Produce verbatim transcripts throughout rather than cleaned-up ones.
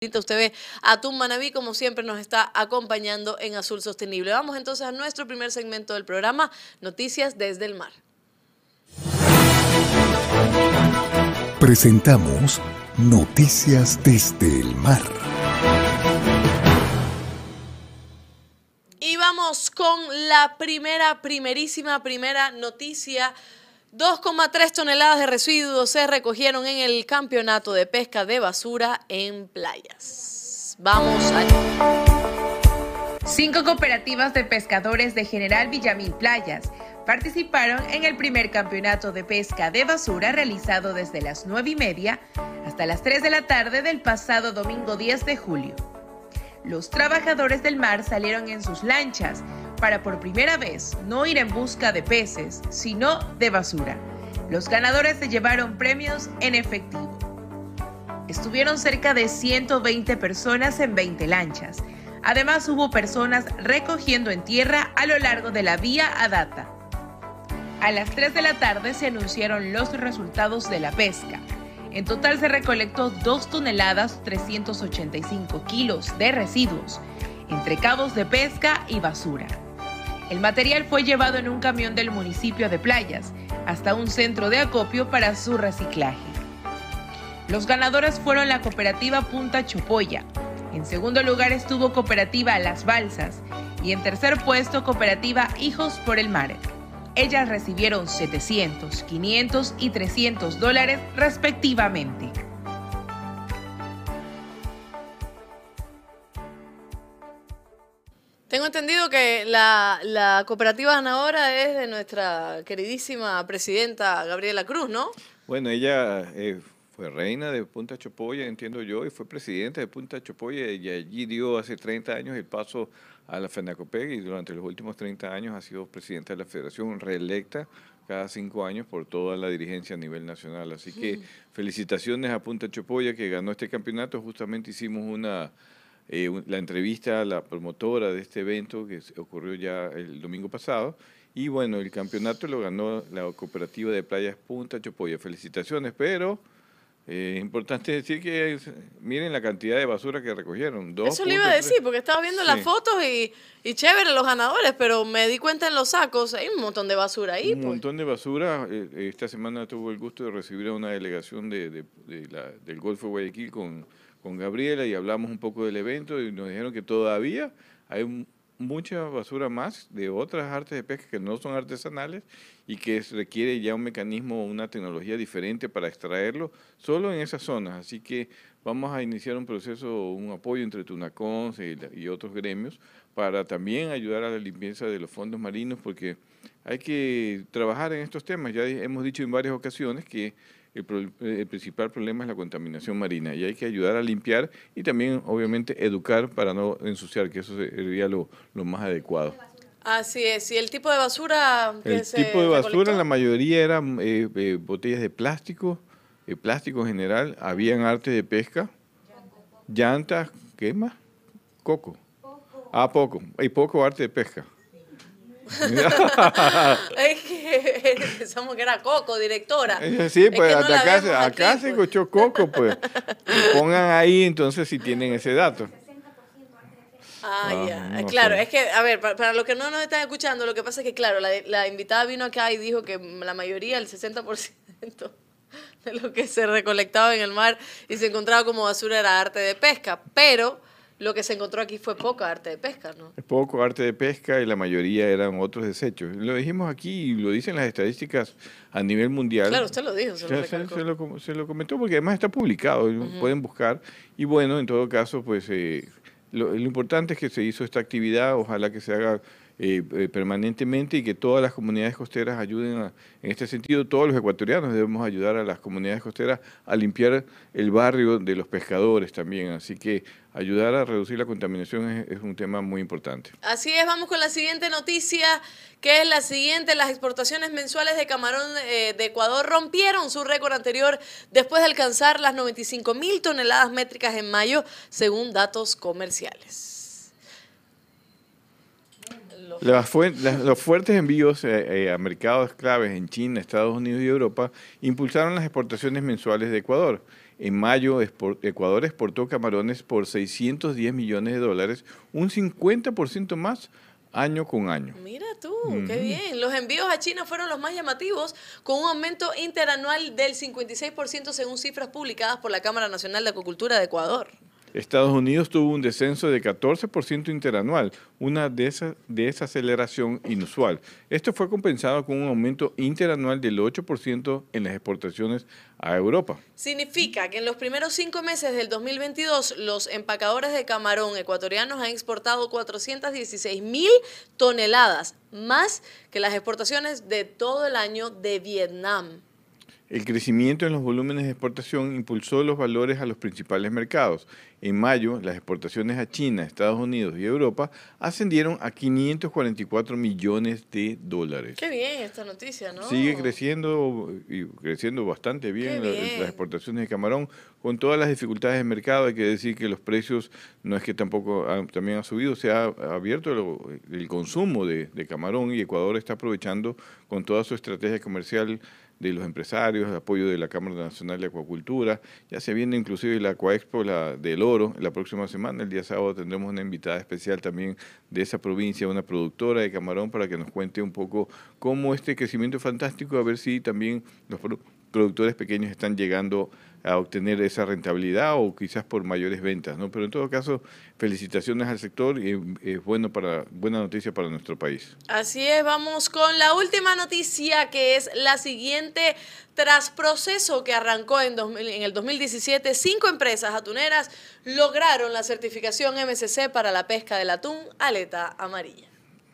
Usted ve a Atún Manabí, como siempre, nos está acompañando en Azul Sostenible. Vamos entonces a nuestro primer segmento del programa, Noticias desde el Mar. Presentamos Noticias desde el Mar. Y vamos con la primera, primerísima, primera noticia. dos coma tres toneladas de residuos se recogieron en el campeonato de pesca de basura en playas. Vamos allá. Cinco cooperativas de pescadores de General Villamil Playas participaron en el primer campeonato de pesca de basura realizado desde las nueve y media hasta las tres de la tarde del pasado domingo diez de julio. Los trabajadores del mar salieron en sus lanchas para por primera vez no ir en busca de peces, sino de basura. Los ganadores se llevaron premios en efectivo. Estuvieron cerca de ciento veinte personas en veinte lanchas. Además, hubo personas recogiendo en tierra a lo largo de la vía Adata. A las tres de la tarde se anunciaron los resultados de la pesca. En total se recolectó dos toneladas trescientos ochenta y cinco kilos de residuos, entre cabos de pesca y basura. El material fue llevado en un camión del municipio de Playas hasta un centro de acopio para su reciclaje. Los ganadores fueron la cooperativa Punta Chopoya. En segundo lugar estuvo cooperativa Las Balsas y en tercer puesto cooperativa Hijos por el Mar. Ellas recibieron setecientos, quinientos y trescientos dólares respectivamente. Tengo entendido que la, la cooperativa ganadora es de nuestra queridísima presidenta Gabriela Cruz, ¿no? Bueno, ella eh, fue reina de Punta Chopoya, entiendo yo, y fue presidenta de Punta Chopoya, y allí dio hace treinta años el paso a la FENACOPEC y durante los últimos treinta años ha sido presidenta de la Federación, reelecta cada cinco años por toda la dirigencia a nivel nacional. Así que felicitaciones a Punta Chopoya que ganó este campeonato. Justamente hicimos una eh, la entrevista a la promotora de este evento que ocurrió ya el domingo pasado. Y bueno, el campeonato lo ganó la cooperativa de playas Punta Chopoya. Felicitaciones, pero es eh, importante decir que miren la cantidad de basura que recogieron. Dos Eso le iba a decir, porque estaba viendo sí. las fotos y, y chévere los ganadores, pero me di cuenta en los sacos, hay un montón de basura ahí. Un pues. montón de basura. Eh, esta semana tuve el gusto de recibir a una delegación de, de, de la, del Golfo de Guayaquil con, con Gabriela y hablamos un poco del evento y nos dijeron que todavía hay un, mucha basura más de otras artes de pesca que no son artesanales y que requiere ya un mecanismo, una tecnología diferente para extraerlo solo en esas zonas. Así que vamos a iniciar un proceso, un apoyo entre Tunacons y, y otros gremios para también ayudar a la limpieza de los fondos marinos, porque hay que trabajar en estos temas. Ya hemos dicho en varias ocasiones que El, pro, el principal problema es la contaminación marina y hay que ayudar a limpiar y también obviamente educar para no ensuciar, que eso sería lo, lo más adecuado. Así es, y el tipo de basura que El se tipo de basura, recolectó? la mayoría eran eh, eh, botellas de plástico, eh, plástico en general, habían artes de pesca, llantas, ¿qué más? Coco. Ah, poco, y poco arte de pesca. Es que pensamos que era Coco, directora. Sí, pues es que no acá, se, acá aquí, se pues. escuchó Coco, pues. Pongan ahí entonces si tienen ese dato. Ah, ah ya. No claro, sé. es que, a ver, para, para los que no nos están escuchando, lo que pasa es que, claro, la, la invitada vino acá y dijo que la mayoría, el sesenta por ciento de lo que se recolectaba en el mar y se encontraba como basura era arte de pesca, pero lo que se encontró aquí fue poca arte de pesca, ¿no? Es poco arte de pesca y la mayoría eran otros desechos. Lo dijimos aquí y lo dicen las estadísticas a nivel mundial. Claro, usted lo dijo, se, se, lo, se, se, lo, se lo comentó porque además está publicado, uh-huh. Pueden buscar. Y bueno, en todo caso, pues eh, lo, lo importante es que se hizo esta actividad, ojalá que se haga eh, eh, permanentemente y que todas las comunidades costeras ayuden a, en este sentido. Todos los ecuatorianos debemos ayudar a las comunidades costeras a limpiar el barrio de los pescadores también, así que ayudar a reducir la contaminación es, es un tema muy importante. Así es, vamos con la siguiente noticia, que es la siguiente. Las exportaciones mensuales de camarón eh, de Ecuador rompieron su récord anterior después de alcanzar las noventa y cinco mil toneladas métricas en mayo, según datos comerciales. Las fu las, los fuertes envíos eh, eh, a mercados claves en China, Estados Unidos y Europa impulsaron las exportaciones mensuales de Ecuador. En mayo, Ecuador exportó camarones por seiscientos diez millones de dólares, un cincuenta por ciento más año con año. Mira tú, uh-huh. Qué bien. Los envíos a China fueron los más llamativos, con un aumento interanual del cincuenta y seis por ciento según cifras publicadas por la Cámara Nacional de Acuicultura de Ecuador. Estados Unidos tuvo un descenso de catorce por ciento interanual, una desa desaceleración inusual. Esto fue compensado con un aumento interanual del ocho por ciento en las exportaciones a Europa. Significa que en los primeros cinco meses del dos mil veintidós, los empacadores de camarón ecuatorianos han exportado cuatrocientas dieciséis mil toneladas, más que las exportaciones de todo el año de Vietnam. El crecimiento en los volúmenes de exportación impulsó los valores a los principales mercados. En mayo, las exportaciones a China, Estados Unidos y Europa ascendieron a quinientos cuarenta y cuatro millones de dólares. Qué bien esta noticia, ¿no? Sigue creciendo y creciendo bastante bien, bien. Las, las exportaciones de camarón, con todas las dificultades del mercado. Hay que decir que los precios no es que tampoco han, también han subido, se ha abierto lo, el consumo de, de camarón y Ecuador está aprovechando con toda su estrategia comercial de los empresarios, el apoyo de la Cámara Nacional de Acuacultura. Ya se viene inclusive la Aquaexpo la del Oro la próxima semana. El día sábado tendremos una invitada especial también de esa provincia, una productora de camarón, para que nos cuente un poco cómo este crecimiento fantástico, a ver si también los productores pequeños están llegando a obtener esa rentabilidad o quizás por mayores ventas, ¿no? Pero en todo caso, felicitaciones al sector y es bueno para, buena noticia para nuestro país. Así es, vamos con la última noticia, que es la siguiente. Tras proceso que arrancó en, dos mil, en el dos mil diecisiete, cinco empresas atuneras lograron la certificación M S C para la pesca del atún aleta amarilla.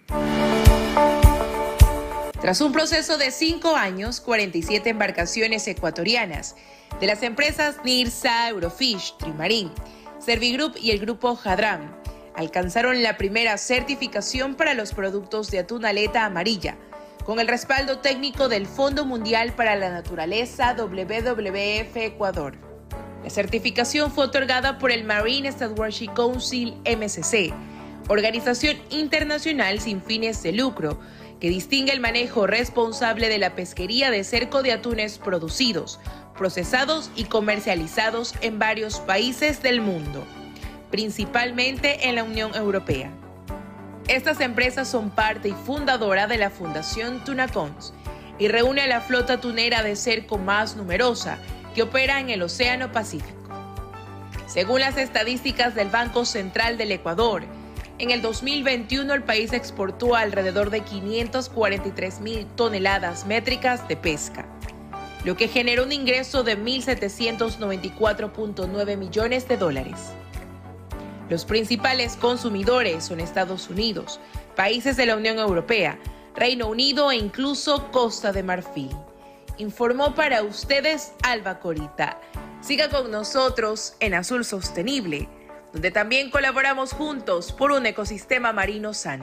Tras un proceso de cinco años, cuarenta y siete embarcaciones ecuatorianas de las empresas NIRSA, Eurofish, Trimarín, Servigroup y el grupo Hadram alcanzaron la primera certificación para los productos de atún aleta amarilla, con el respaldo técnico del Fondo Mundial para la Naturaleza W W F Ecuador. La certificación fue otorgada por el Marine Stewardship Council M S C, organización internacional sin fines de lucro, que distingue el manejo responsable de la pesquería de cerco de atunes producidos, procesados y comercializados en varios países del mundo, principalmente en la Unión Europea. Estas empresas son parte y fundadora de la Fundación Tunacons y reúne a la flota atunera de cerco más numerosa que opera en el Océano Pacífico. Según las estadísticas del Banco Central del Ecuador, en el dos mil veintiuno el país exportó alrededor de quinientas cuarenta y tres mil toneladas métricas de pesca, lo que generó un ingreso de mil setecientos noventa y cuatro punto nueve millones de dólares. Los principales consumidores son Estados Unidos, países de la Unión Europea, Reino Unido e incluso Costa de Marfil. Informó para ustedes Alba Corita. Siga con nosotros en Azul Sostenible, donde también colaboramos juntos por un ecosistema marino sano.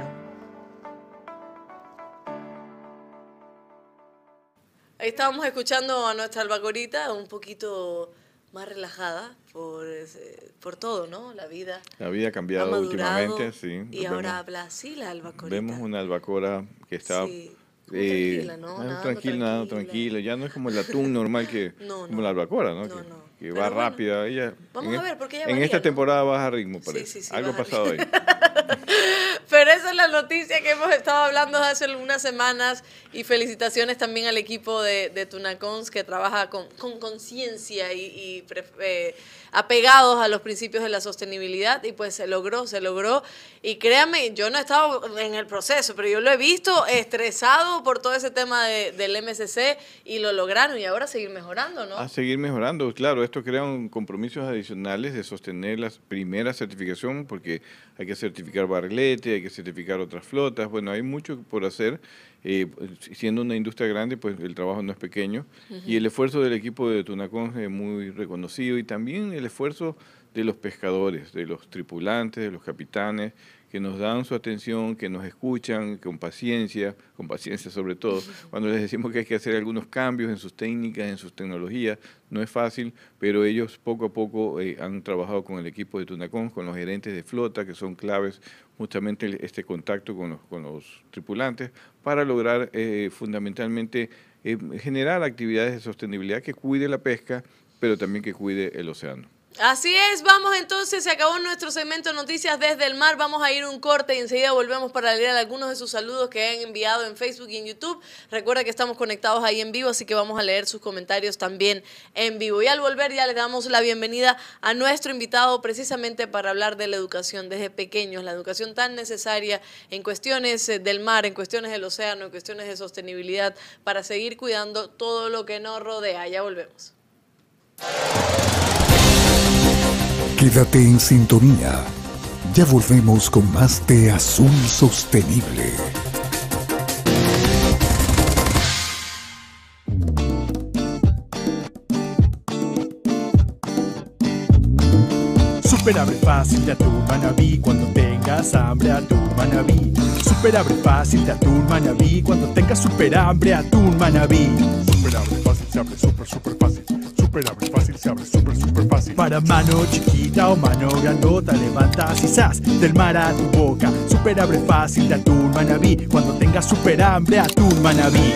Ahí estábamos escuchando a nuestra Alba Corita, un poquito más relajada por, por todo, ¿no? La vida. La vida ha cambiado ha últimamente, sí. Y vemos, ahora habla así la albacora. Vemos una albacora que está sí, eh, tranquila, ¿no? Nada, tranquila, nada, tranquila. Ya no es como el atún normal que, no, no, como la albacora, ¿no? No, que, no. que va bueno, rápida. Ella, vamos en, a ver, porque ella En varía, esta ¿no? temporada baja ritmo, parece. Sí, sí, sí, algo ha pasado ahí. Pero esa es la noticia que hemos estado hablando hace algunas semanas, y felicitaciones también al equipo de, de Tunacons, que trabaja con conciencia y, y eh, apegados a los principios de la sostenibilidad, y pues se logró, se logró. Y créanme, yo no he estado en el proceso, pero yo lo he visto estresado por todo ese tema de, del M S C, y lo lograron, y ahora seguir mejorando, ¿no? A seguir mejorando, claro. Esto crea un compromisos adicionales de sostener la primera certificación, porque hay que certificar barrilete, hay que certificar otras flotas. Bueno, hay mucho por hacer. Eh, siendo una industria grande, pues el trabajo no es pequeño. Uh-huh. Y el esfuerzo del equipo de Tunacons es muy reconocido, y también el esfuerzo de los pescadores, de los tripulantes, de los capitanes, que nos dan su atención, que nos escuchan con paciencia, con paciencia sobre todo, cuando les decimos que hay que hacer algunos cambios en sus técnicas, en sus tecnologías. No es fácil, pero ellos poco a poco eh, han trabajado con el equipo de Tunacons, con los gerentes de flota, que son claves justamente este contacto con los, con los tripulantes, para lograr eh, fundamentalmente eh, generar actividades de sostenibilidad que cuide la pesca, pero también que cuide el océano. Así es, vamos entonces, se acabó nuestro segmento de Noticias desde el Mar, vamos a ir un corte y enseguida volvemos para leer algunos de sus saludos que han enviado en Facebook y en YouTube. Recuerda que estamos conectados ahí en vivo, así que vamos a leer sus comentarios también en vivo. Y al volver ya le damos la bienvenida a nuestro invitado precisamente para hablar de la educación desde pequeños, la educación tan necesaria en cuestiones del mar, en cuestiones del océano, en cuestiones de sostenibilidad, para seguir cuidando todo lo que nos rodea. Ya volvemos. Quédate en sintonía. Ya volvemos con más de Azul Sostenible. Super abre fácil de atún Manabí cuando tengas hambre atún Manabí. Super abre fácil de atún Manabí cuando tengas super hambre atún Manabí. Super abre fácil se abre super super fácil. Super abre fácil se abre super super fácil. Para mano chiquita o mano grandota levantas y zas del mar a tu boca. Super abre fácil de atún Manabí cuando tengas super hambre atún Manabí.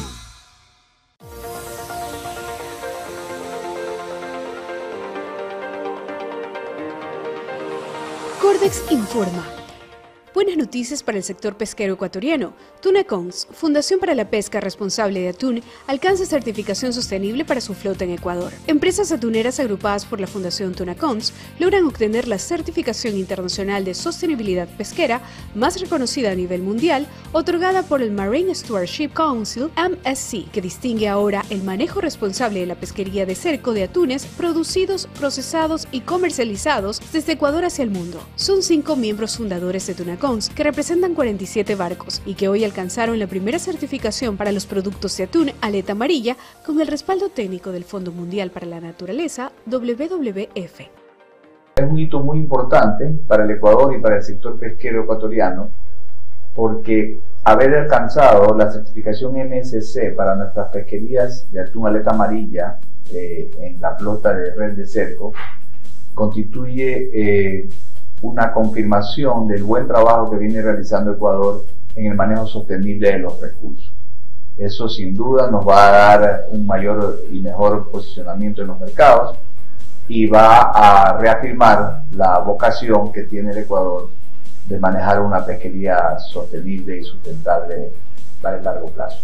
Cordex informa. Buenas noticias para el sector pesquero ecuatoriano. Tunacons, Fundación para la Pesca Responsable de Atún, alcanza certificación sostenible para su flota en Ecuador. Empresas atuneras agrupadas por la Fundación Tunacons logran obtener la certificación internacional de sostenibilidad pesquera más reconocida a nivel mundial, otorgada por el Marine Stewardship Council, M S C, que distingue ahora el manejo responsable de la pesquería de cerco de atunes producidos, procesados y comercializados desde Ecuador hacia el mundo. Son cinco miembros fundadores de Tunacons que representan cuarenta y siete barcos y que hoy alcanzaron la primera certificación para los productos de atún aleta amarilla con el respaldo técnico del Fondo Mundial para la Naturaleza, W W F. Es un hito muy importante para el Ecuador y para el sector pesquero ecuatoriano porque haber alcanzado la certificación M S C para nuestras pesquerías de atún aleta amarilla eh, en la flota de red de cerco constituye eh, una confirmación del buen trabajo que viene realizando Ecuador en el manejo sostenible de los recursos. Eso sin duda nos va a dar un mayor y mejor posicionamiento en los mercados y va a reafirmar la vocación que tiene el Ecuador de manejar una pesquería sostenible y sustentable para el largo plazo.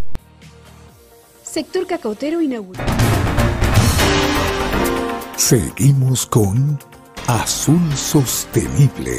Sector cacautero inaugura. Seguimos con Azul Sostenible.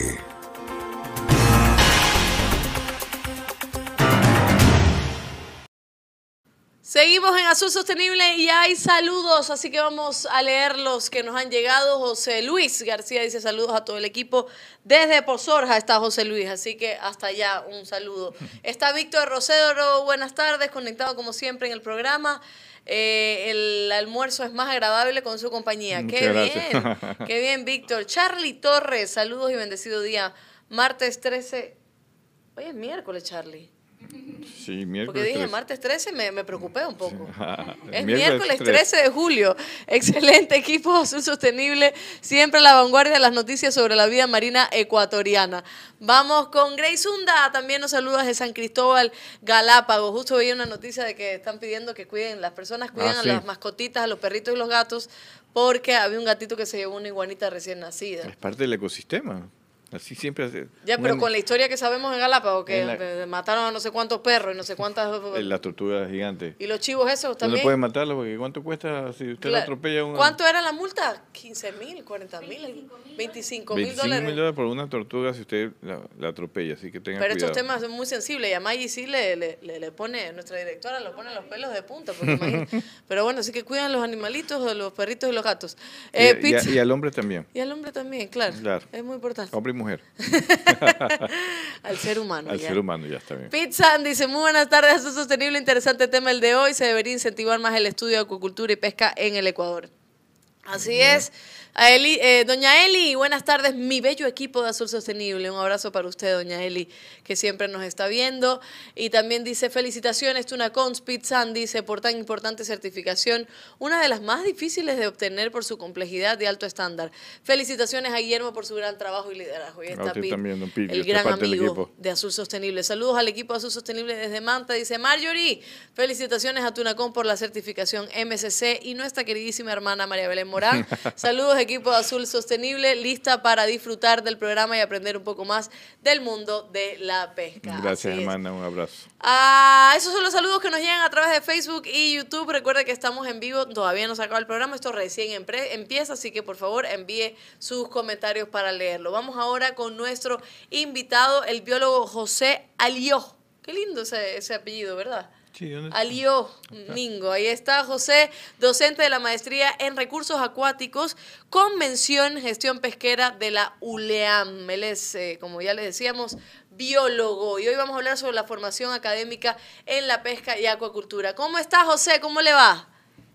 Seguimos en Azul Sostenible y hay saludos, así que vamos a leer los que nos han llegado. José Luis García dice saludos a todo el equipo. Desde Pozorja está José Luis, así que hasta allá un saludo. Está Víctor Rosero, buenas tardes, conectado como siempre en el programa. Eh, el almuerzo es más agradable con su compañía. Muchas Qué gracias. bien, qué bien, Víctor. Charlie Torres, saludos y bendecido día. Martes trece. Hoy es miércoles, Charlie. Sí, miércoles Porque dije trece. martes trece, me, me preocupé un poco. Es Miércoles miércoles trece. trece de julio. Excelente equipo Azul Sostenible, siempre a la vanguardia de las noticias sobre la vida marina ecuatoriana. Vamos con Grace Hunda, también nos saluda desde San Cristóbal, Galápagos. Justo veía una noticia de que están pidiendo que cuiden, las personas cuiden Ah, a sí. las mascotitas, a los perritos y los gatos, porque había un gatito que se llevó una iguanita recién nacida. Es parte del ecosistema. Así siempre hace. Ya, pero Bueno, con la historia que sabemos en Galápagos, que En la- eh, mataron a no sé cuántos perros y no sé cuántas... la tortuga gigante. Y los chivos esos No también. le pueden matarlo porque ¿cuánto cuesta si usted Cla- lo atropella a un ¿Cuánto era la multa? quince mil, cuarenta mil, veinticinco mil veinticinco mil dólares. dólares por una tortuga si usted la, la atropella? Así que tenga Pero cuidado. estos temas son muy sensibles y a Maggie sí le, le, le, le pone, nuestra directora lo pone los pelos de punta. Porque imagínate. Pero bueno, así que cuidan los animalitos, los perritos y los gatos. Y, Eh, y a- pizza- y al hombre también. y al hombre también, claro. Claro. Es muy importante. Hombre y mujer. Al ser humano. Al ya. ser humano ya está bien. Pizza dice, muy buenas tardes, es un sostenible, interesante tema el de hoy. Se debería incentivar más el estudio de acuicultura y pesca en el Ecuador. Así es. A Eli, eh, doña Eli, buenas tardes, mi bello equipo de Azul Sostenible. Un abrazo para usted, doña Eli, que siempre nos está viendo. Y también dice, felicitaciones, Tunacons, Pizzan, dice, por tan importante certificación, una de las más difíciles de obtener por su complejidad y alto estándar. Felicitaciones a Guillermo por su gran trabajo y liderazgo. Y está Pete, también, don Pete, el gran amigo de Azul Sostenible. Saludos al equipo de Azul Sostenible desde Manta. Dice Marjorie, felicitaciones a Tunacon por la certificación M C C y nuestra queridísima hermana María Belén Morán. Saludos, equipo de Azul Sostenible, lista para disfrutar del programa y aprender un poco más del mundo de la pesca. Gracias, hermana, un abrazo. Ah, esos son los saludos que nos llegan a través de Facebook y YouTube. Recuerda que estamos en vivo, todavía no se acaba el programa, esto recién empieza, así que por favor envíe sus comentarios para leerlo. Vamos ahora con nuestro invitado, el biólogo José Alió. Qué lindo ese, ese apellido, ¿verdad? Sí, Alió Mingo. Ahí está José, docente de la maestría en recursos acuáticos con mención gestión pesquera de la U L E A M. Él es, eh, como ya les decíamos, biólogo. Y hoy vamos a hablar sobre la formación académica en la pesca y acuacultura. ¿Cómo está, José? ¿Cómo le va?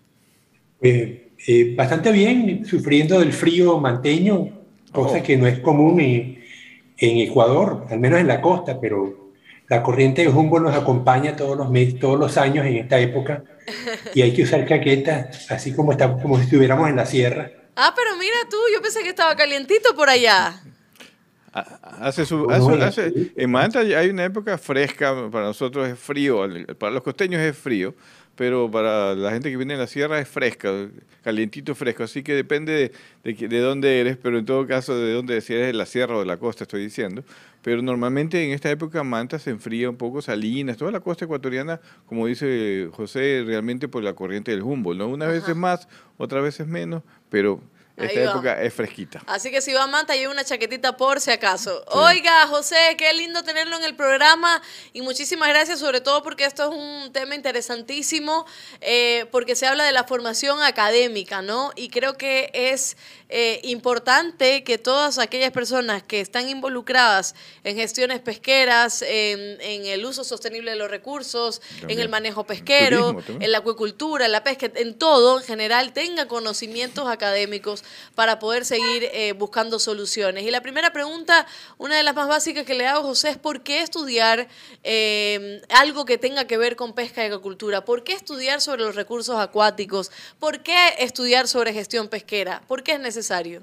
Eh, eh, bastante bien, sufriendo del frío manteño, cosa oh. que no es común en, en Ecuador, al menos en la costa, pero la corriente de Humboldt nos acompaña todos los meses, todos los años en esta época, y hay que usar chaquetas, así como, está, como si estuviéramos en la sierra. Ah, pero mira tú, yo pensé que estaba calientito por allá. Hace su, hace, hace, en Manta hay una época fresca, para nosotros es frío, para los costeños es frío, pero para la gente que viene de la sierra es fresca, calientito fresco, así que depende de, de, de dónde eres, pero en todo caso de dónde, si eres de la sierra o de la costa, estoy diciendo. Pero normalmente en esta época Manta se enfría un poco, Salinas, toda la costa ecuatoriana, como dice José, realmente por la corriente del Humboldt, ¿no? Unas veces más, otras veces menos, pero esta época es fresquita. Así que si va a Manta, lleva una chaquetita por si acaso. Sí. Oiga, José, qué lindo tenerlo en el programa y muchísimas gracias, sobre todo porque esto es un tema interesantísimo, eh, porque se habla de la formación académica, ¿no? Y creo que es eh, importante que todas aquellas personas que están involucradas en gestiones pesqueras, en, en el uso sostenible de los recursos, también en el manejo pesquero, el en la acuicultura, en la pesca, en todo en general, tengan conocimientos académicos para poder seguir eh, buscando soluciones. Y la primera pregunta, una de las más básicas que le hago, José, es ¿por qué estudiar eh, algo que tenga que ver con pesca y acuicultura? ¿Por qué estudiar sobre los recursos acuáticos? ¿Por qué estudiar sobre gestión pesquera? ¿Por qué es necesario?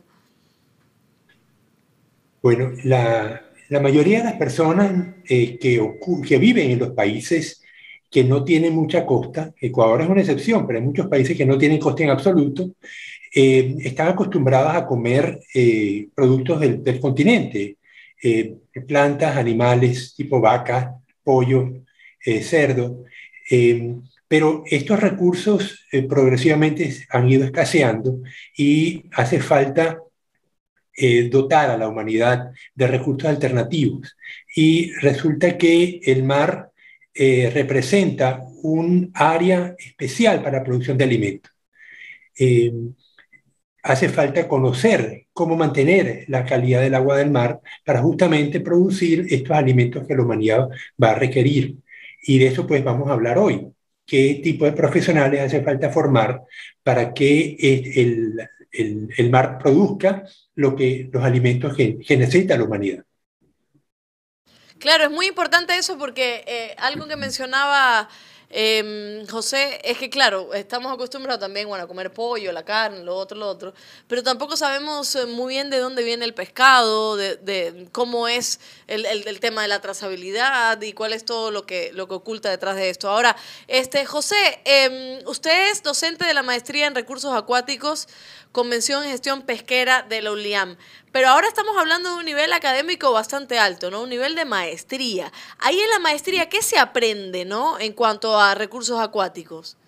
Bueno, la, la mayoría de las personas eh, que, que viven en los países que no tienen mucha costa, Ecuador es una excepción, pero hay muchos países que no tienen costa en absoluto, Eh, están acostumbradas a comer eh, productos del, del continente, eh, plantas, animales tipo vaca, pollo, eh, cerdo, eh, pero estos recursos eh, progresivamente han ido escaseando y hace falta eh, dotar a la humanidad de recursos alternativos. Y resulta que el mar eh, representa un área especial para la producción de alimentos. Eh, Hace falta conocer cómo mantener la calidad del agua del mar para justamente producir estos alimentos que la humanidad va a requerir. Y de eso pues vamos a hablar hoy. ¿Qué tipo de profesionales hace falta formar para que el, el, el mar produzca lo que, los alimentos que, que necesita la humanidad? Claro, es muy importante eso porque eh, algo que mencionaba Eh, José, es que claro, estamos acostumbrados también, bueno, a comer pollo, la carne, lo otro, lo otro, pero tampoco sabemos muy bien de dónde viene el pescado, de, de cómo es el, el, el tema de la trazabilidad y cuál es todo lo que, lo que oculta detrás de esto. Ahora, este José, eh, usted es docente de la maestría en recursos acuáticos con mención en gestión pesquera de la U L I A M. Pero ahora estamos hablando de un nivel académico bastante alto, ¿no? Un nivel de maestría. Ahí en la maestría, ¿qué se aprende, ¿no? En cuanto a recursos acuáticos.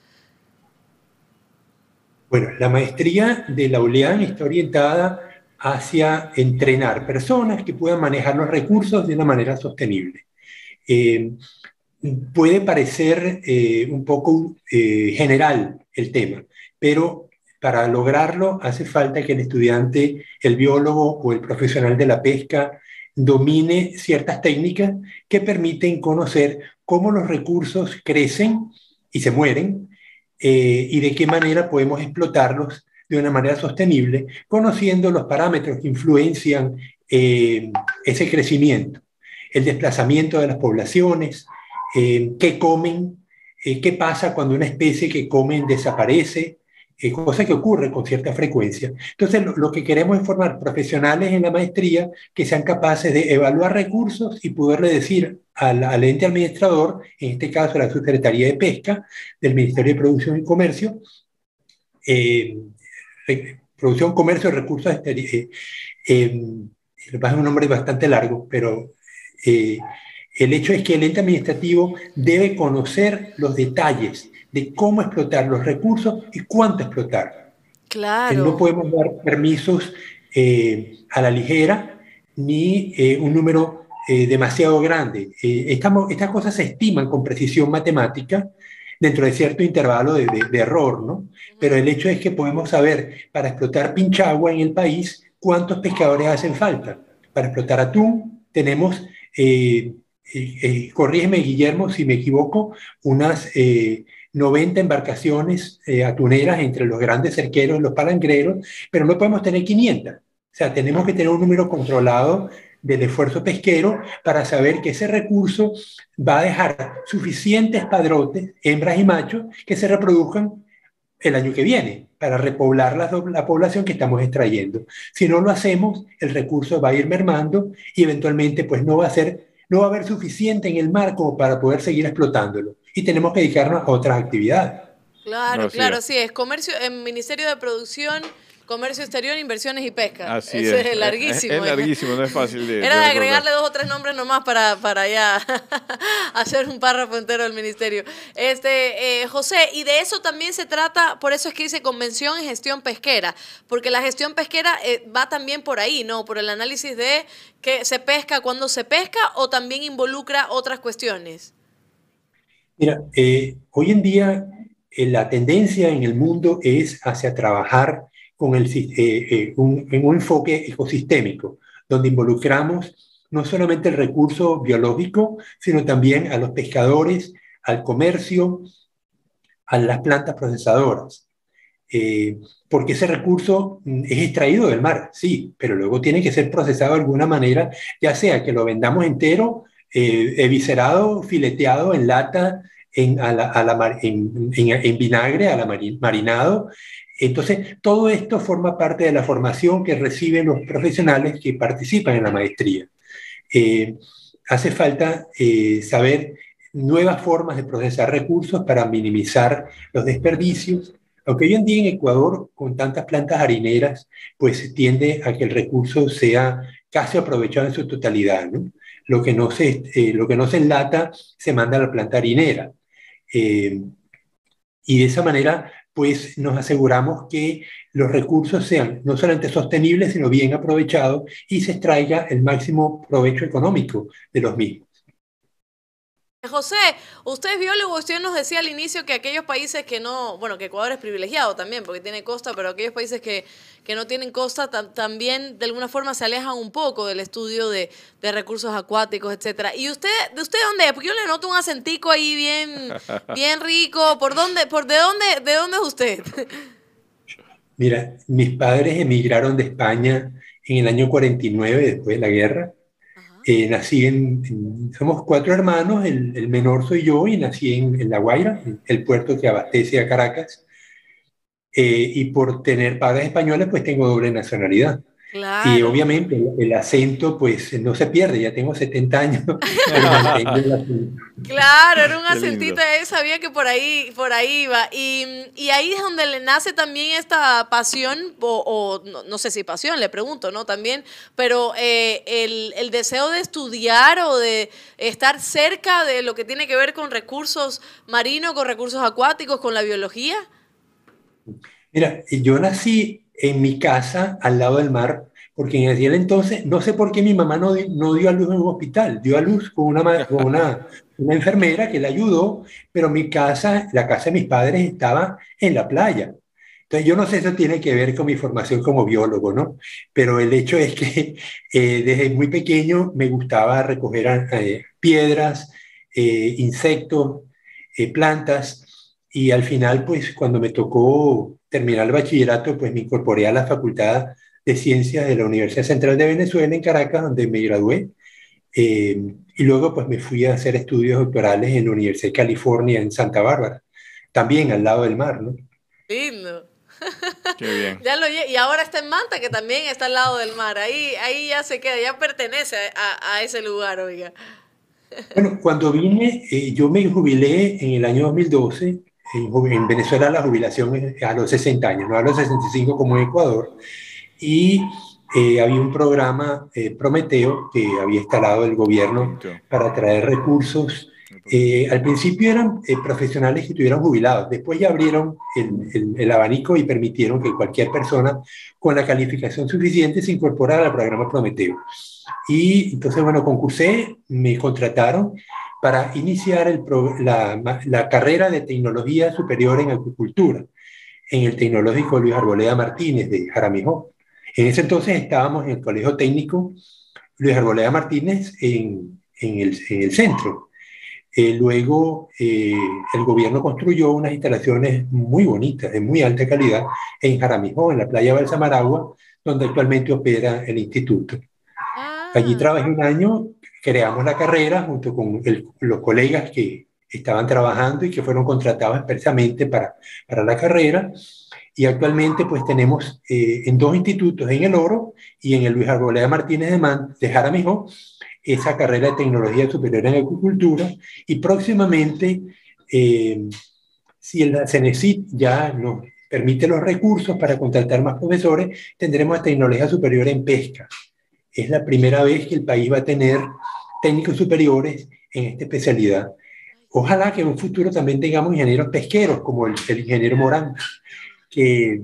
Bueno, la maestría de la U L I A M está orientada hacia entrenar personas que puedan manejar los recursos de una manera sostenible. Eh, puede parecer eh, un poco eh, general el tema, pero para lograrlo hace falta que el estudiante, el biólogo o el profesional de la pesca domine ciertas técnicas que permiten conocer cómo los recursos crecen y se mueren eh, y de qué manera podemos explotarlos de una manera sostenible, conociendo los parámetros que influencian eh, ese crecimiento, el desplazamiento de las poblaciones, eh, qué comen, eh, qué pasa cuando una especie que comen desaparece, eh, cosa que ocurre con cierta frecuencia. Entonces, lo, lo que queremos es formar profesionales en la maestría que sean capaces de evaluar recursos y poderle decir al, al ente administrador, en este caso la Subsecretaría de Pesca del Ministerio de Producción y Comercio, eh, Producción, Comercio y Recursos Exteriores. Eh, eh, es un nombre bastante largo, pero eh, el hecho es que el ente administrativo debe conocer los detalles de cómo explotar los recursos y cuánto explotar. Claro. No podemos dar permisos eh, a la ligera ni eh, un número eh, demasiado grande. Eh, estamos, estas cosas se estiman con precisión matemática dentro de cierto intervalo de, de, de error, ¿no? Pero el hecho es que podemos saber, para explotar pinchagua en el país, cuántos pescadores hacen falta. Para explotar atún tenemos, eh, eh, eh, corrígeme Guillermo si me equivoco, unas eh, noventa embarcaciones eh, atuneras entre los grandes cerqueros y los palangreros, pero no podemos tener quinientas. O sea, tenemos que tener un número controlado del esfuerzo pesquero para saber que ese recurso va a dejar suficientes padrotes, hembras y machos, que se reproduzcan el año que viene para repoblar la, la población que estamos extrayendo. Si no lo hacemos, el recurso va a ir mermando y eventualmente pues no va a ser, no va a haber suficiente en el mar como para poder seguir explotándolo y tenemos que dedicarnos a otras actividades. Claro, No, claro, sí. sí, es comercio, en Ministerio de Producción, Comercio Exterior, Inversiones y Pesca. Así Eso es. es larguísimo. Es, es larguísimo, no es fácil de Era de, de agregarle recordar. dos o tres nombres nomás para, para ya hacer un párrafo entero del ministerio. Este, eh, José, y de eso también se trata, por eso es que dice convención y gestión pesquera, porque la gestión pesquera eh, va también por ahí, ¿no? Por el análisis de que se pesca, cuándo se pesca, o también involucra otras cuestiones. Mira, eh, hoy en día eh, la tendencia en el mundo es hacia trabajar con el, eh, eh, un, en un enfoque ecosistémico, donde involucramos no solamente el recurso biológico, sino también a los pescadores, al comercio, a las plantas procesadoras. Eh, porque ese recurso es extraído del mar, sí, pero luego tiene que ser procesado de alguna manera, ya sea que lo vendamos entero, eh, eviscerado, fileteado en lata, en, a la, a la, en, en, en vinagre, a la marinado. Entonces, todo esto forma parte de la formación que reciben los profesionales que participan en la maestría. Eh, hace falta eh, saber nuevas formas de procesar recursos para minimizar los desperdicios, aunque hoy en día en Ecuador, con tantas plantas harineras, pues tiende a que el recurso sea casi aprovechado en su totalidad, ¿no? Lo que no se, eh, lo que no se enlata se manda a la planta harinera. Eh, y de esa manera pues nos aseguramos que los recursos sean no solamente sostenibles, sino bien aprovechados y se extraiga el máximo provecho económico de los mismos. José, usted es biólogo, usted nos decía al inicio que aquellos países que no, bueno, que Ecuador es privilegiado también porque tiene costa, pero aquellos países que, que no tienen costa tam, también de alguna forma se alejan un poco del estudio de, de recursos acuáticos, etcétera. ¿Y usted, de usted dónde es? Porque yo le noto un acentico ahí bien, bien rico. ¿Por dónde, por de dónde, de dónde es usted? Mira, mis padres emigraron de España en el año cuarenta y nueve, después de la guerra. Eh, nací en, en, somos cuatro hermanos, el, el menor soy yo y nací en, en La Guaira, el puerto que abastece a Caracas. Eh, y por tener padres españoles, pues tengo doble nacionalidad. Claro. Y obviamente el, el acento, pues no se pierde, ya tengo setenta años, pero mantengo el acento. Claro, era un acentito, él sabía que por ahí, por ahí iba. Y, y ahí es donde le nace también esta pasión, o, o no, no sé si pasión, le pregunto, ¿no? También, pero eh, el, el deseo de estudiar o de estar cerca de lo que tiene que ver con recursos marinos, con recursos acuáticos, con la biología. Mira, yo nací en mi casa al lado del mar, porque en aquel entonces, no sé por qué mi mamá no, no dio a luz en un hospital, dio a luz con una, con una, una enfermera que la ayudó, pero mi casa, la casa de mis padres estaba en la playa. Entonces yo no sé si eso tiene que ver con mi formación como biólogo, ¿no? Pero el hecho es que eh, desde muy pequeño me gustaba recoger eh, piedras, eh, insectos, eh, plantas. y al final, pues cuando me tocó terminar el bachillerato, pues me incorporé a la Facultad de Ciencias de la Universidad Central de Venezuela en Caracas, donde me gradué. Eh, y luego pues me fui a hacer estudios doctorales en la Universidad de California en Santa Bárbara, también al lado del mar, ¿no? Lindo. Qué bien. Ya lo, y ahora está en Manta, que también está al lado del mar. Ahí, ahí ya se queda, ya pertenece a, a ese lugar, oiga. Bueno, cuando vine, eh, yo me jubilé en el año dos mil doce. En, en Venezuela la jubilación es a los sesenta años, no a los sesenta y cinco como en Ecuador. Y eh, había un programa eh, Prometeo que había instalado el gobierno para atraer recursos. Eh, al principio eran eh, profesionales que estuvieran jubilados, después ya abrieron el, el, el abanico y permitieron que cualquier persona con la calificación suficiente se incorporara al programa Prometeo. Y entonces, bueno, concursé, me contrataron para iniciar el pro, la, la carrera de tecnología superior en acuicultura en el Tecnológico Luis Arboleda Martínez de Jaramillo. En ese entonces estábamos en el Colegio Técnico Luis Arboleda Martínez en, en, el, en el centro. Eh, luego eh, el gobierno construyó unas instalaciones muy bonitas, de muy alta calidad, en Jaramillo, en la playa Balsamaragua, donde actualmente opera el instituto. Ah. Allí trabajé un año, creamos la carrera junto con el, los colegas que estaban trabajando y que fueron contratados expresamente para, para la carrera. Y actualmente pues tenemos eh, en dos institutos, en el Oro y en el Luis Arboleda Martínez de, Man, de Jaramillo, esa carrera de tecnología superior en agricultura, y próximamente, eh, si el CENESID ya nos permite los recursos para contratar más profesores, tendremos tecnología superior en pesca. Es la primera vez que el país va a tener técnicos superiores en esta especialidad. Ojalá que en un futuro también tengamos ingenieros pesqueros, como el, el ingeniero Morán, que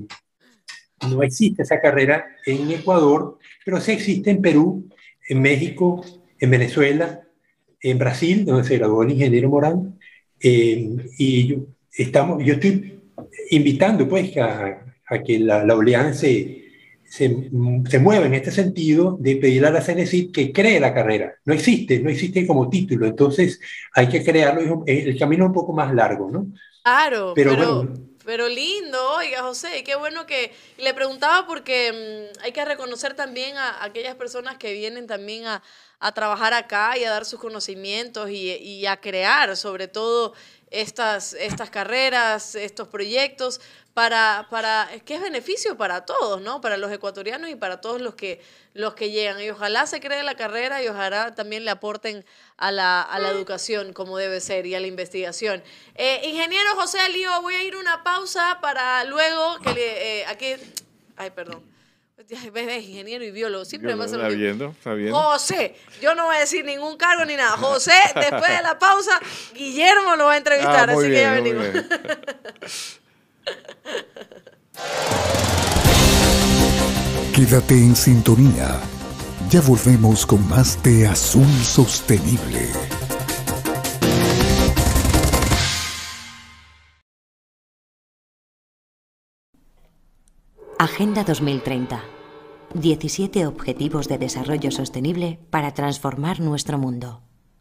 no existe esa carrera en Ecuador, pero sí existe en Perú, en México, en Venezuela, en Brasil, donde se graduó el ingeniero Morán, eh, y yo, estamos, yo estoy invitando pues a, a que la, la oleada se, se, se mueva en este sentido de pedirle a la CENESID que cree la carrera. No existe, no existe como título, entonces hay que crearlo, el camino es un poco más largo, ¿no? Claro, pero, pero, bueno, pero lindo, oiga, José, qué bueno que... Le preguntaba porque mmm, hay que reconocer también a, a aquellas personas que vienen también a, a trabajar acá y a dar sus conocimientos y, y a crear, sobre todo, estas, estas carreras, estos proyectos, para, para que es beneficio para todos, ¿no? Para los ecuatorianos y para todos los que, los que llegan. Y ojalá se cree la carrera y ojalá también le aporten a la, a la educación como debe ser y a la investigación. Eh, ingeniero José Alío, voy a ir a una pausa para luego que le... Eh, aquí, ay, perdón. Ves, ingeniero y biólogo, siempre me pasa lo mismo. Viendo, está viendo. José, yo no voy a decir ningún cargo ni nada. José, después de la pausa, Guillermo lo va a entrevistar, ah, así bien, que ya venimos. Quédate en sintonía. Ya volvemos con más de Azul Sostenible. Agenda dos mil treinta. diecisiete Objetivos de Desarrollo Sostenible para transformar nuestro mundo.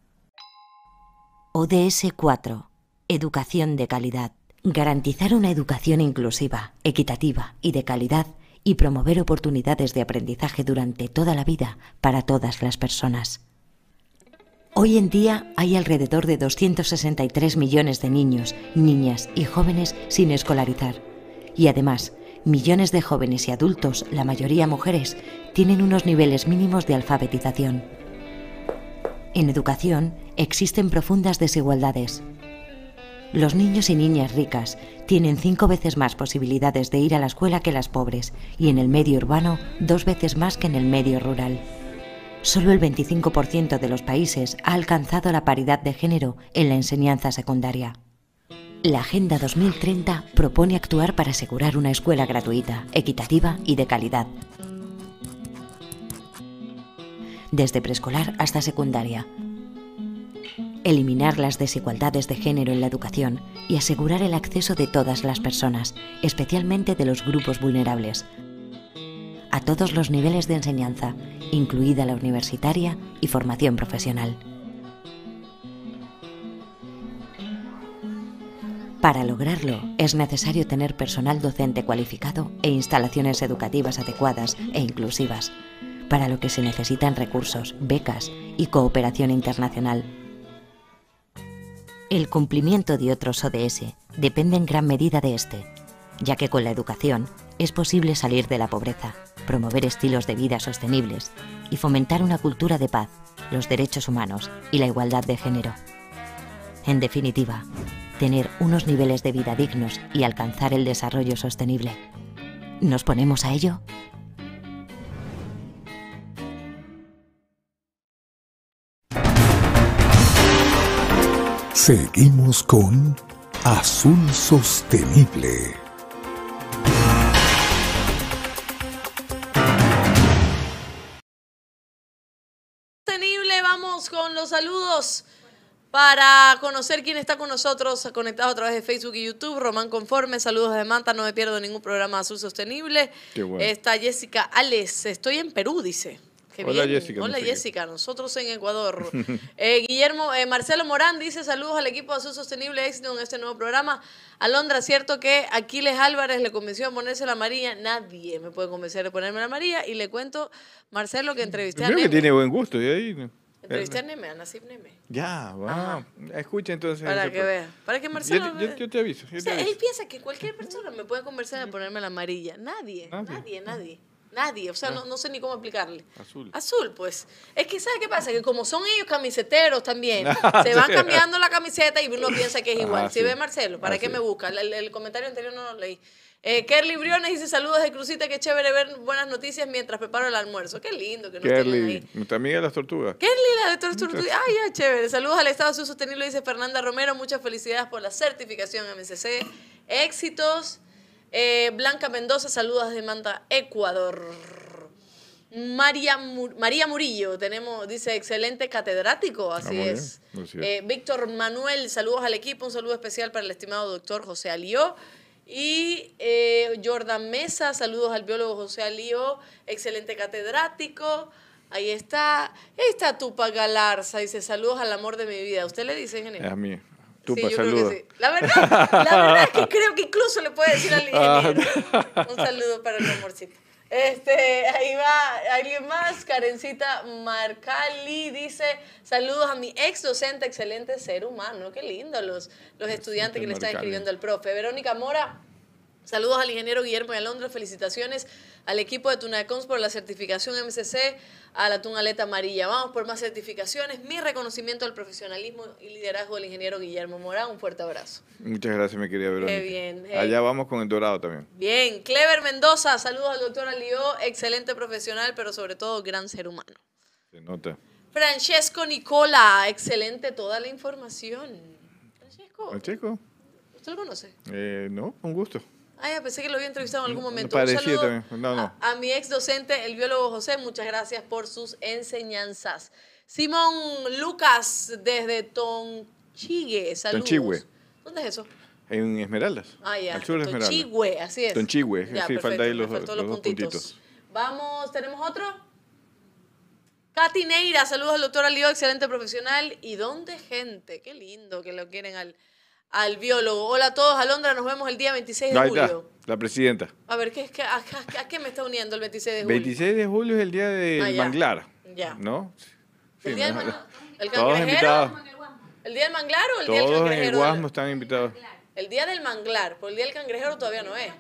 O D S cuatro. Educación de calidad. Garantizar una educación inclusiva, equitativa y de calidad y promover oportunidades de aprendizaje durante toda la vida para todas las personas. Hoy en día hay alrededor de doscientos sesenta y tres millones de niños, niñas y jóvenes sin escolarizar. Y además, millones de jóvenes y adultos, la mayoría mujeres, tienen unos niveles mínimos de alfabetización. En educación existen profundas desigualdades. Los niños y niñas ricas tienen cinco veces más posibilidades de ir a la escuela que las pobres y en el medio urbano dos veces más que en el medio rural. Solo el veinticinco por ciento de los países ha alcanzado la paridad de género en la enseñanza secundaria. La Agenda dos mil treinta propone actuar para asegurar una escuela gratuita, equitativa y de calidad. Desde preescolar hasta secundaria. Eliminar las desigualdades de género en la educación y asegurar el acceso de todas las personas, especialmente de los grupos vulnerables, a todos los niveles de enseñanza, incluida la universitaria y formación profesional. Para lograrlo, es necesario tener personal docente cualificado e instalaciones educativas adecuadas e inclusivas, para lo que se necesitan recursos, becas y cooperación internacional. El cumplimiento de otros O D S depende en gran medida de este, ya que con la educación es posible salir de la pobreza, promover estilos de vida sostenibles y fomentar una cultura de paz, los derechos humanos y la igualdad de género. En definitiva, tener unos niveles de vida dignos y alcanzar el desarrollo sostenible. ¿Nos ponemos a ello? Seguimos con Azul Sostenible. Sostenible, vamos con los saludos. Para conocer quién está con nosotros, conectado a través de Facebook y YouTube, Román Conforme, saludos de Manta, no me pierdo ningún programa de Azul Sostenible. Qué bueno. Está Jessica Ales, estoy en Perú, dice. Qué Hola bien. Jessica. Hola no sé Jessica, nosotros en Ecuador. eh, Guillermo, eh, Marcelo Morán dice saludos al equipo de Azul Sostenible, éxito en este nuevo programa. Alondra, ¿cierto que Aquiles Álvarez le convenció a ponerse la amarilla? Nadie me puede convencer de ponerme la amarilla. Y le cuento, Marcelo, que entrevisté a Creo que Neme. tiene buen gusto. Y ahí, ¿no? Entrevisté a Neme, a Nasib Neme. Ya, va. Escucha entonces. Para ese que pro- vea. Para que Marcelo... Yo, yo- yo te aviso. Yo O te sea, él aviso. piensa que cualquier persona me puede convencer de ponerme la amarilla. Nadie, Nadie. nadie, nadie. Nadie, o sea, no, no sé ni cómo explicarle. Azul. Azul, pues. Es que, ¿sabes qué pasa? Que como son ellos camiseteros también, Ah, se van sí. cambiando la camiseta y uno piensa que es igual. Ah, ¿Sí sí. ve, Marcelo? ¿Para Ah, qué sí. me busca? El, el comentario anterior no lo leí. Eh, Kerly Briones dice saludos de Crucita, qué chévere ver buenas noticias mientras preparo el almuerzo. Qué lindo que nos tengan Kerly, ahí. nuestra amiga de las tortugas. Kerly, la de Tortur- Tortur- Ay, ya, chévere. Saludos al Estado Azul Sostenible, dice Fernanda Romero. Muchas felicidades por la certificación M C C. Éxitos. Eh, Blanca Mendoza, saludos de Manta, Ecuador. María, Mu- María Murillo, tenemos, dice, excelente catedrático, así Ah, muy bien, es. así es. Eh, Víctor Manuel, saludos al equipo, un saludo especial para el estimado doctor José Alió. Y eh, Jordan Mesa, saludos al biólogo José Alió, excelente catedrático. Ahí está, ahí está Tupac Galarza, dice, saludos al amor de mi vida. ¿Usted le dice, ingeniero? Es a mí. Sí, Tupa, yo creo saludos. que sí. La verdad, la verdad es que creo que incluso le puede decir al ingeniero. Ah. Un saludo para el amorcito. Este, ahí va alguien más, Karencita Marcali dice, saludos a mi ex docente, excelente ser humano. Qué lindo los, los estudiantes que le están Marcali. escribiendo al profe. Verónica Mora, saludos al ingeniero Guillermo y Alondra, felicitaciones al equipo de Tunacons por la certificación M C C, a la Tunaleta Amarilla. Vamos por más certificaciones. Mi reconocimiento al profesionalismo y liderazgo del ingeniero Guillermo Mora. Un fuerte abrazo. Muchas gracias, mi querida Verónica. bien, hey. Allá vamos con el dorado también. Bien, Clever Mendoza, saludos al doctor Alió, excelente profesional, pero sobre todo gran ser humano. Se nota. Francesco Nicola, excelente toda la información. Francesco, Francesco, ¿usted lo conoce? eh, no, con gusto. Ah, ya pensé que lo había entrevistado en algún No, momento. parecía Un saludo también. No, no. A, a mi ex docente, el biólogo José, muchas gracias por sus enseñanzas. Simón Lucas, desde Tonchigue, saludos. Tonchigüe. ¿Dónde es eso? En Esmeraldas. Ah, ya. Al sur de Esmeraldas. Tonchigüe, así es. Tonchigüe, Ya, sí, perfecto, falta ahí me los, faltó los dos puntitos. Vamos, ¿tenemos otro? Katy Neira, saludos al doctor Alió, excelente profesional. ¿Y dónde gente? Qué lindo que lo quieren al, al biólogo. Hola a todos, Alondra, nos vemos el día veintiséis de Ahí está, julio. la presidenta. A ver, ¿qué, es que- a, a- a qué me está uniendo el veintiséis de julio? veintiséis de julio es el día del Ah, ya. manglar. Ya. ¿No? Sí, ¿El día del ¿no? man- el Todos cangrejero? invitados. ¿El día del manglar o el día del Todos en el cangrejero? Guasmo están invitados. El día del manglar, porque el día del cangrejero todavía no es.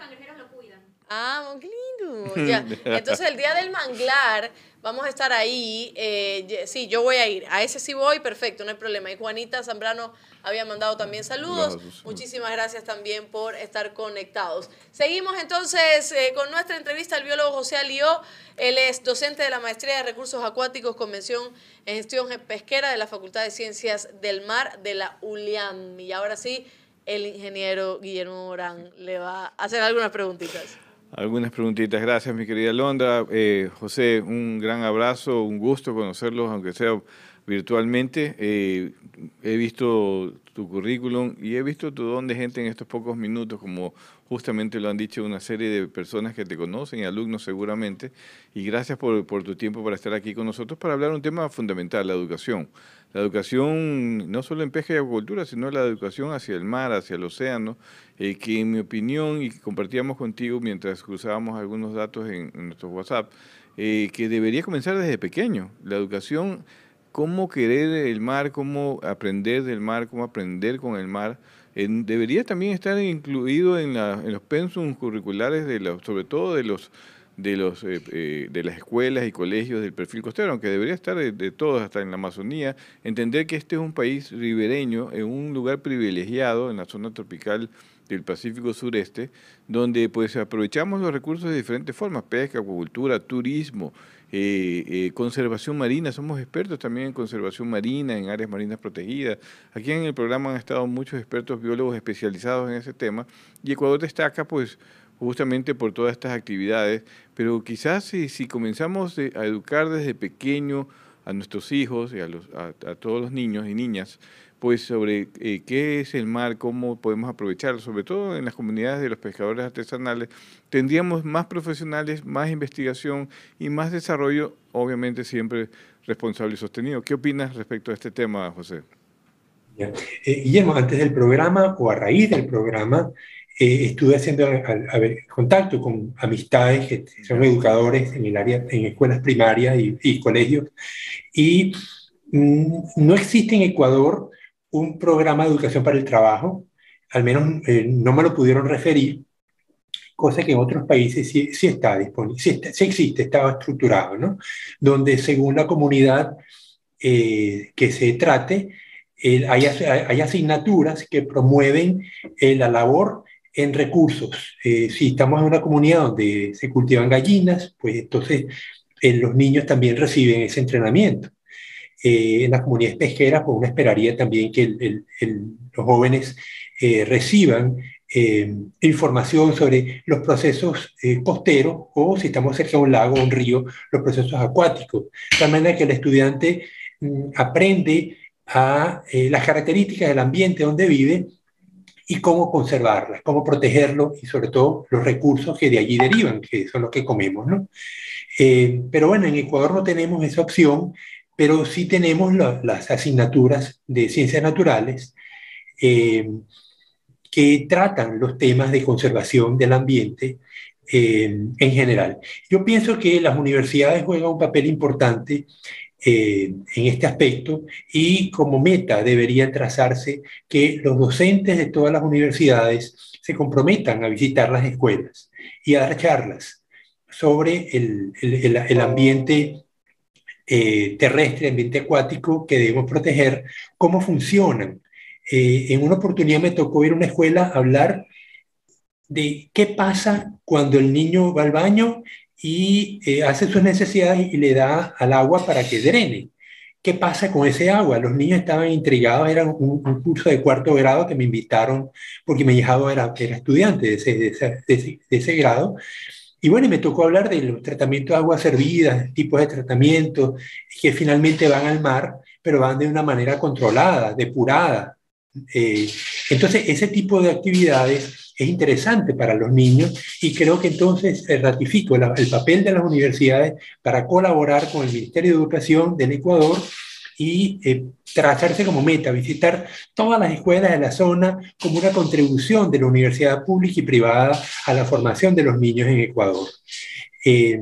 Ah, qué lindo. Ya. Entonces, el día del manglar, vamos a estar ahí. Eh, ye- sí, yo voy a ir. A ese sí voy, perfecto, no hay problema. Y Juanita Zambrano había mandado también saludos. Gracias. Muchísimas gracias también por estar conectados. Seguimos entonces eh, con nuestra entrevista al biólogo José Alió. Él es docente de la Maestría de Recursos Acuáticos, Convención en Gestión Pesquera de la Facultad de Ciencias del Mar de la U L I A M. Y ahora sí, el ingeniero Guillermo Morán le va a hacer algunas preguntitas. Algunas preguntitas. Gracias, mi querida Londra. Eh, José, un gran abrazo, un gusto conocerlos, aunque sea virtualmente. Eh, he visto tu currículum y he visto tu don de gente en estos pocos minutos, como justamente lo han dicho una serie de personas que te conocen y alumnos seguramente. Y gracias por, por tu tiempo para estar aquí con nosotros para hablar de un tema fundamental, la educación. La educación no solo en pesca y acuacultura, sino la educación hacia el mar, hacia el océano, eh, que en mi opinión, y que compartíamos contigo mientras cruzábamos algunos datos en, en nuestro WhatsApp, eh, que debería comenzar desde pequeño. La educación, cómo querer el mar, cómo aprender del mar, cómo aprender con el mar, eh, debería también estar incluido en, la, en los pensums curriculares, de la, sobre todo de los de los eh, eh, de las escuelas y colegios del perfil costero, aunque debería estar de, de todos, hasta en la Amazonía, entender que este es un país ribereño, en un lugar privilegiado en la zona tropical del Pacífico Sureste, donde pues aprovechamos los recursos de diferentes formas, pesca, acuacultura, turismo, eh, eh, conservación marina, somos expertos también en conservación marina, en áreas marinas protegidas. Aquí en el programa han estado muchos expertos biólogos especializados en ese tema, y Ecuador destaca pues justamente por todas estas actividades, pero quizás si, si comenzamos de, a educar desde pequeño a nuestros hijos y a, los, a, a todos los niños y niñas, pues sobre eh, qué es el mar, cómo podemos aprovecharlo, sobre todo en las comunidades de los pescadores artesanales, tendríamos más profesionales, más investigación y más desarrollo, obviamente siempre responsable y sostenido. ¿Qué opinas respecto a este tema, José? Ya. Eh, Guillermo, antes del programa o a raíz del programa, Eh, estuve haciendo a, a ver, contacto con amistades que son educadores en el área, en escuelas primarias y, y colegios, y mm, no existe en Ecuador un programa de educación para el trabajo, al menos eh, no me lo pudieron referir, cosa que en otros países sí, sí está disponible, sí, está, sí existe, estaba estructurado, ¿no? Donde según la comunidad eh, que se trate, eh, hay, hay asignaturas que promueven eh, la labor en recursos. Eh, si estamos en una comunidad donde se cultivan gallinas, pues entonces eh, los niños también reciben ese entrenamiento. Eh, en las comunidades pesqueras, pues uno esperaría también que el, el, el, los jóvenes eh, reciban eh, información sobre los procesos eh, costeros o si estamos cerca de un lago o un río, los procesos acuáticos. De tal manera que el estudiante mm, aprende a eh, las características del ambiente donde vive y cómo conservarlas, cómo protegerlo y sobre todo los recursos que de allí derivan, que son los que comemos, ¿no? Eh, pero bueno, en Ecuador no tenemos esa opción, pero sí tenemos la, las asignaturas de ciencias naturales eh, que tratan los temas de conservación del ambiente eh, en general. Yo pienso que las universidades juegan un papel importante Eh, en este aspecto y como meta debería trazarse que los docentes de todas las universidades se comprometan a visitar las escuelas y a dar charlas sobre el, el, el ambiente eh, terrestre, el ambiente acuático que debemos proteger, cómo funcionan. Eh, en una oportunidad me tocó ir a una escuela a hablar de qué pasa cuando el niño va al baño y eh, hace sus necesidades y le da al agua para que drene. ¿Qué pasa con ese agua? Los niños estaban intrigados, era un, un curso de cuarto grado que me invitaron porque mi hijado era, era estudiante de ese, de, ese, de, ese, de ese grado. Y bueno, me tocó hablar de los tratamientos de aguas servidas, tipos de tratamientos que finalmente van al mar, pero van de una manera controlada, depurada. Eh, entonces, ese tipo de actividades es interesante para los niños y creo que entonces eh, ratifico la, el papel de las universidades para colaborar con el Ministerio de Educación del Ecuador y eh, trazarse como meta, visitar todas las escuelas de la zona como una contribución de la universidad pública y privada a la formación de los niños en Ecuador. Eh,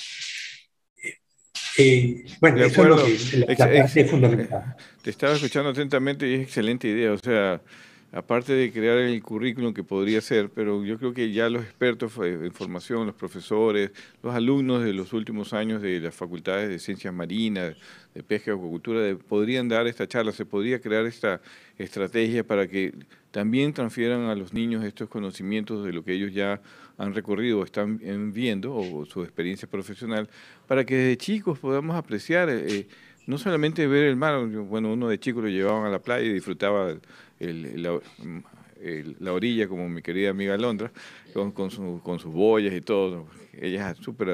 eh, bueno, de eso acuerdo. es lo que la, la parte ex, fundamental. Te estaba escuchando atentamente y es excelente idea, o sea, aparte de crear el currículum que podría ser, pero yo creo que ya los expertos en formación, los profesores, los alumnos de los últimos años de las facultades de ciencias marinas, de pesca y acuacultura, de, podrían dar esta charla, se podría crear esta estrategia para que también transfieran a los niños estos conocimientos de lo que ellos ya han recorrido o están viendo, o su experiencia profesional, para que desde chicos podamos apreciar, eh, no solamente ver el mar, bueno, uno de chicos lo llevaban a la playa y disfrutaba el, la, el, la orilla, como mi querida amiga Alondra, con, con, su, con sus boyas y todo. Ella es súper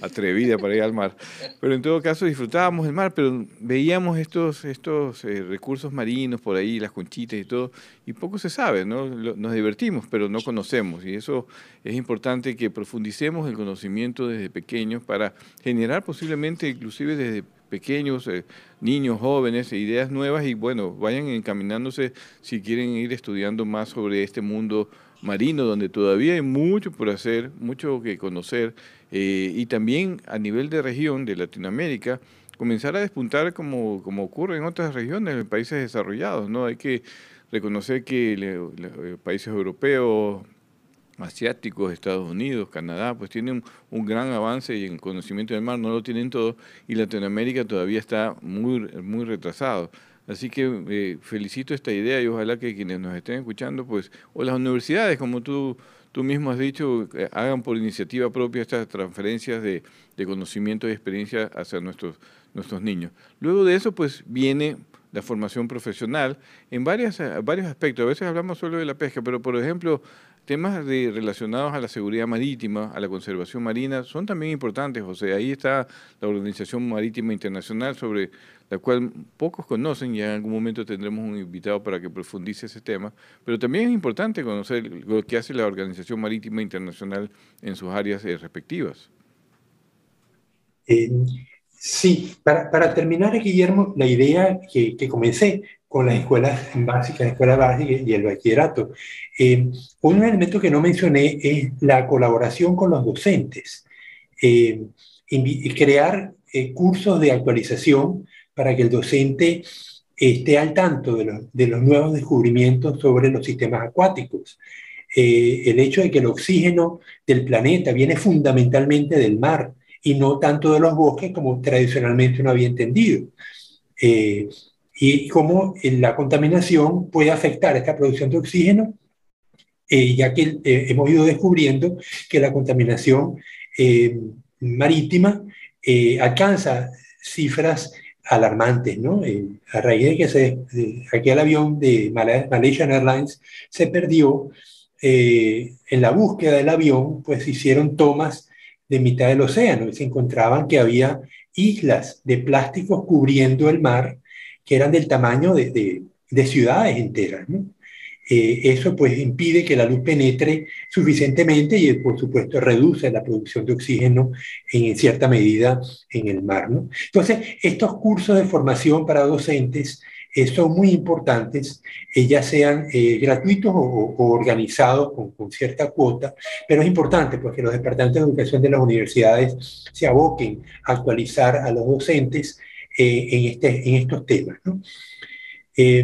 atrevida para ir al mar. Pero en todo caso disfrutábamos del mar, pero veíamos estos, estos eh, recursos marinos por ahí, las conchitas y todo, y poco se sabe, ¿no? Lo- Nos divertimos, pero no conocemos, y eso es importante que profundicemos el conocimiento desde pequeños para generar posiblemente, inclusive desde pequeños, eh, niños, jóvenes, ideas nuevas y bueno, vayan encaminándose si quieren ir estudiando más sobre este mundo marino, donde todavía hay mucho por hacer, mucho que conocer, eh, y también a nivel de región de Latinoamérica, comenzar a despuntar como, como ocurre en otras regiones, en países desarrollados, ¿no? Hay que reconocer que le- le- países europeos, asiáticos, Estados Unidos, Canadá, pues tienen un gran avance en conocimiento del mar, no lo tienen todo, y Latinoamérica todavía está muy, muy retrasado. Así que eh, felicito esta idea y ojalá que quienes nos estén escuchando, pues, o las universidades, como tú, tú mismo has dicho, eh, hagan por iniciativa propia estas transferencias de, de conocimiento y experiencia hacia nuestros, nuestros niños. Luego de eso, pues, viene la formación profesional en varias, eh, varios aspectos. A veces hablamos solo de la pesca, pero, por ejemplo, temas de, relacionados a la seguridad marítima, a la conservación marina, son también importantes, José. Ahí está la Organización Marítima Internacional, sobre la cual pocos conocen, y en algún momento tendremos un invitado para que profundice ese tema, pero también es importante conocer lo que hace la Organización Marítima Internacional en sus áreas eh, respectivas. Eh, sí, para, para terminar, Guillermo, la idea que, que comencé con las escuelas básicas, escuela básica y el bachillerato, eh, un elemento que no mencioné es la colaboración con los docentes. Eh, invi- crear eh, cursos de actualización para que el docente esté al tanto de los, de los nuevos descubrimientos sobre los sistemas acuáticos. Eh, el hecho de que el oxígeno del planeta viene fundamentalmente del mar y no tanto de los bosques como tradicionalmente uno había entendido. Eh, y cómo eh, la contaminación puede afectar esta producción de oxígeno, eh, ya que eh, hemos ido descubriendo que la contaminación eh, marítima eh, alcanza cifras alarmantes, ¿no? Eh, a raíz de que se, de, aquel avión de Malaysian Airlines se perdió, eh, en la búsqueda del avión, pues hicieron tomas de mitad del océano y se encontraban que había islas de plásticos cubriendo el mar que eran del tamaño de, de, de ciudades enteras, ¿no? Eh, eso pues impide que la luz penetre suficientemente y por supuesto reduce la producción de oxígeno en cierta medida en el mar, ¿no? Entonces, estos cursos de formación para docentes eh, son muy importantes, eh, ya sean eh, gratuitos o, o organizados con, con cierta cuota, pero es importante pues, que los departamentos de educación de las universidades se aboquen a actualizar a los docentes eh, en, este, en estos temas, ¿no? Eh,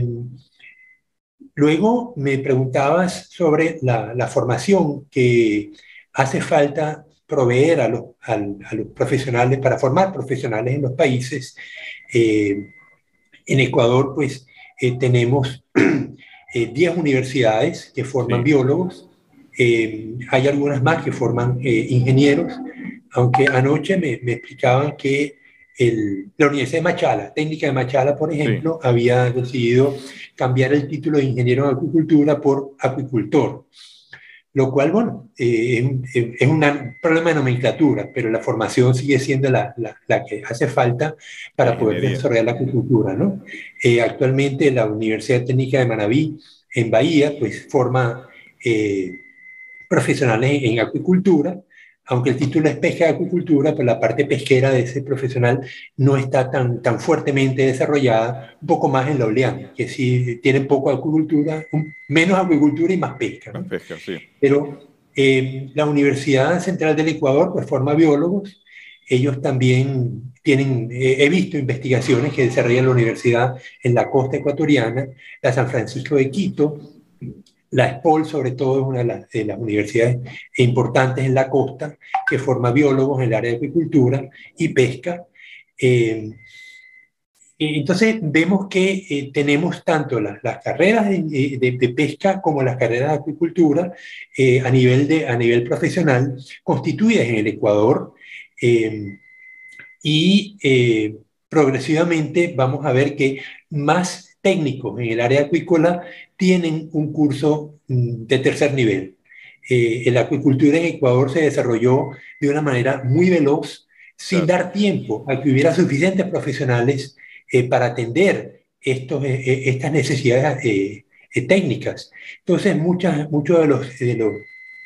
Luego me preguntabas sobre la, la formación que hace falta proveer a los, a, a los profesionales, para formar profesionales en los países. Eh, en Ecuador, pues, eh, tenemos eh, diez universidades que forman Sí. biólogos. Eh, hay algunas más que forman eh, ingenieros, aunque anoche me, me explicaban que el, la Universidad de Machala, técnica de Machala, por ejemplo, Sí. había decidido cambiar el título de ingeniero en acuicultura por acuicultor, lo cual, bueno, eh, es, es un problema de nomenclatura, pero la formación sigue siendo la, la, la que hace falta para poder desarrollar la acuicultura, ¿no? Eh, actualmente la Universidad Técnica de Manabí, en Bahía, pues forma eh, profesionales en acuicultura, aunque el título es pesca de acuicultura, pero la parte pesquera de ese profesional no está tan, tan fuertemente desarrollada, un poco más en la oleana, que sí tienen poco acuicultura, un, menos acuicultura y más pesca, ¿no? Más pesca, sí. Pero eh, la Universidad Central del Ecuador pues forma biólogos, ellos también tienen, eh, he visto investigaciones que desarrolla la universidad en la costa ecuatoriana, la San Francisco de Quito, la ESPOL, sobre todo, es una de las, de las universidades importantes en la costa, que forma biólogos en el área de acuicultura y pesca. Eh, entonces, vemos que eh, tenemos tanto las, las carreras de, de, de pesca como las carreras de acuicultura eh, a, nivel de, a nivel profesional constituidas en el Ecuador. Eh, y eh, progresivamente vamos a ver que más técnicos en el área acuícola tienen un curso de tercer nivel. Eh, la acuicultura en Ecuador se desarrolló de una manera muy veloz sin Claro. dar tiempo a que hubiera suficientes profesionales eh, para atender estos, eh, estas necesidades eh, eh, técnicas. Entonces, muchas, muchos de los, de los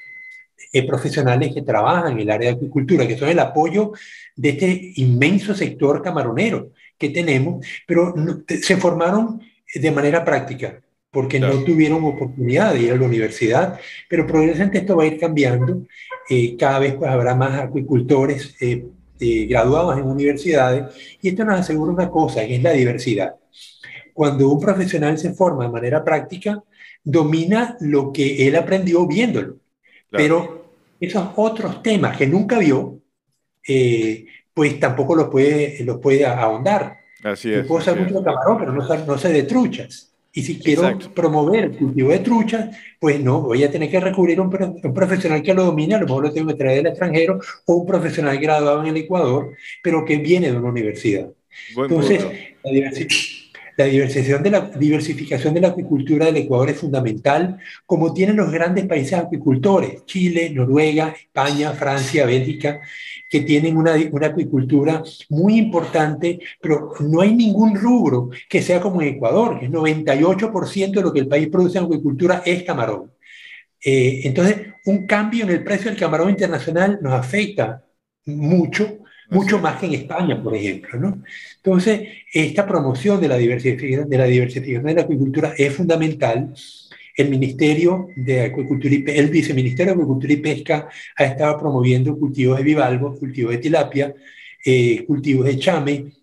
eh, profesionales que trabajan en el área de acuicultura, que son el apoyo de este inmenso sector camaronero que tenemos, pero no, te, se formaron de manera práctica, porque Claro. no tuvieron oportunidad de ir a la universidad, pero progresivamente esto va a ir cambiando. Eh, cada vez pues, habrá más acuicultores eh, eh, graduados en universidades, y esto nos asegura una cosa, que es la diversidad. Cuando un profesional se forma de manera práctica, domina lo que él aprendió viéndolo. Claro. Pero esos otros temas que nunca vio, eh, pues tampoco los puede, los puede ahondar. Así Yo es. puedo así saber es. mucho de camarón, pero no, sé- no sé de truchas. Y si quiero Exacto. promover el cultivo de truchas, pues no, voy a tener que recurrir a un, pro- un profesional que lo domine, a lo mejor lo tengo que traer del extranjero, o un profesional graduado en el Ecuador, pero que viene de una universidad. Buen Entonces, punto. la diversi- la diversificación de la, diversificación de la acuicultura del Ecuador es fundamental, como tienen los grandes países acuicultores, Chile, Noruega, España, Francia, Bélgica, que tienen una, una acuicultura muy importante, pero no hay ningún rubro que sea como en Ecuador, que el noventa y ocho por ciento de lo que el país produce en acuicultura es camarón. Eh, entonces, un cambio en el precio del camarón internacional nos afecta mucho, mucho es. más que en España, por ejemplo, ¿no? Entonces, esta promoción de la diversificación de la, diversificación de la acuicultura es fundamental. El Ministerio de Acuicultura y Pe- el Viceministerio de Acuicultura y Pesca ha estado promoviendo cultivos de bivalvo, cultivos de tilapia, eh, cultivos de chame,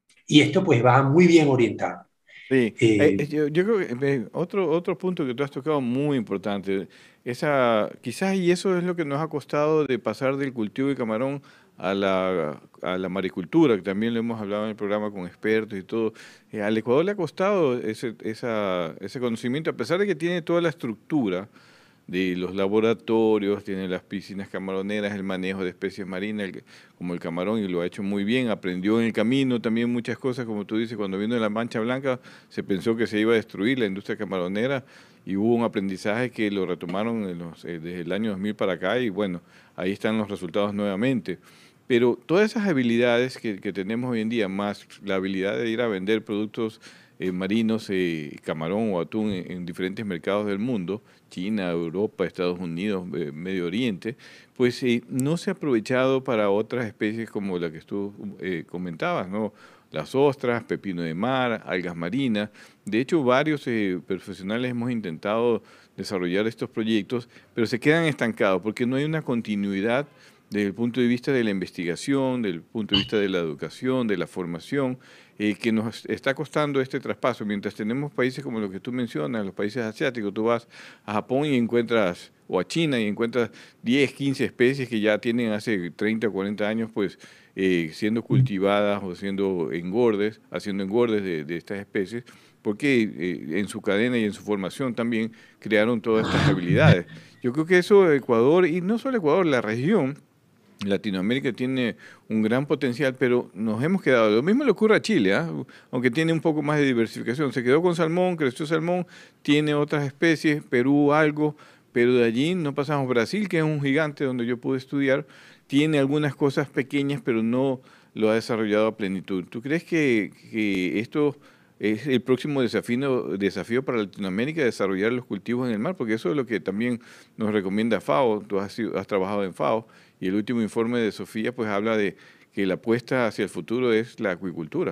y esto pues va muy bien orientado. Sí, eh, Eh, eh, yo, yo creo que eh, otro, otro punto que tú has tocado muy importante, esa, quizás y eso es lo que nos ha costado de pasar del cultivo de camarón a la, a la maricultura, que también lo hemos hablado en el programa con expertos y todo. Eh, al Ecuador le ha costado ese, esa, ese conocimiento, a pesar de que tiene toda la estructura de los laboratorios, tiene las piscinas camaroneras, el manejo de especies marinas, el- como el camarón, y lo ha hecho muy bien, aprendió en el camino también muchas cosas, como tú dices, cuando vino la mancha blanca se pensó que se iba a destruir la industria camaronera y hubo un aprendizaje que lo retomaron en los, eh, desde el año dos mil para acá y bueno, ahí están los resultados nuevamente. Pero todas esas habilidades que, que tenemos hoy en día, más la habilidad de ir a vender productos eh, marinos, eh, camarón o atún en, en diferentes mercados del mundo, China, Europa, Estados Unidos, eh, Medio Oriente, pues eh, no se ha aprovechado para otras especies como la que tú eh, comentabas, ¿no? Las ostras, pepino de mar, algas marinas. De hecho, varios eh, profesionales hemos intentado desarrollar estos proyectos, pero se quedan estancados porque no hay una continuidad desde el punto de vista de la investigación, del punto de vista de la educación, de la formación, eh, que nos está costando este traspaso. Mientras tenemos países como los que tú mencionas, los países asiáticos, tú vas a Japón y encuentras, o a China y encuentras diez, quince especies que ya tienen hace treinta o cuarenta años, pues eh, siendo cultivadas o siendo engordes, haciendo engordes de, de estas especies, porque eh, en su cadena y en su formación también crearon todas estas habilidades. Yo creo que eso Ecuador, y no solo Ecuador, la región, Latinoamérica tiene un gran potencial, pero nos hemos quedado. Lo mismo le ocurre a Chile, ¿ah? Aunque tiene un poco más de diversificación. Se quedó con salmón, creció salmón, tiene otras especies, Perú algo, pero de allí no pasamos. Brasil, que es un gigante donde yo pude estudiar, tiene algunas cosas pequeñas, pero no lo ha desarrollado a plenitud. ¿Tú crees que, que esto es el próximo desafío, desafío para Latinoamérica, desarrollar los cultivos en el mar? Porque eso es lo que también nos recomienda FAO. Tú has, sido- has trabajado en FAO. Y el último informe de Sofía pues habla de que la apuesta hacia el futuro es la acuicultura.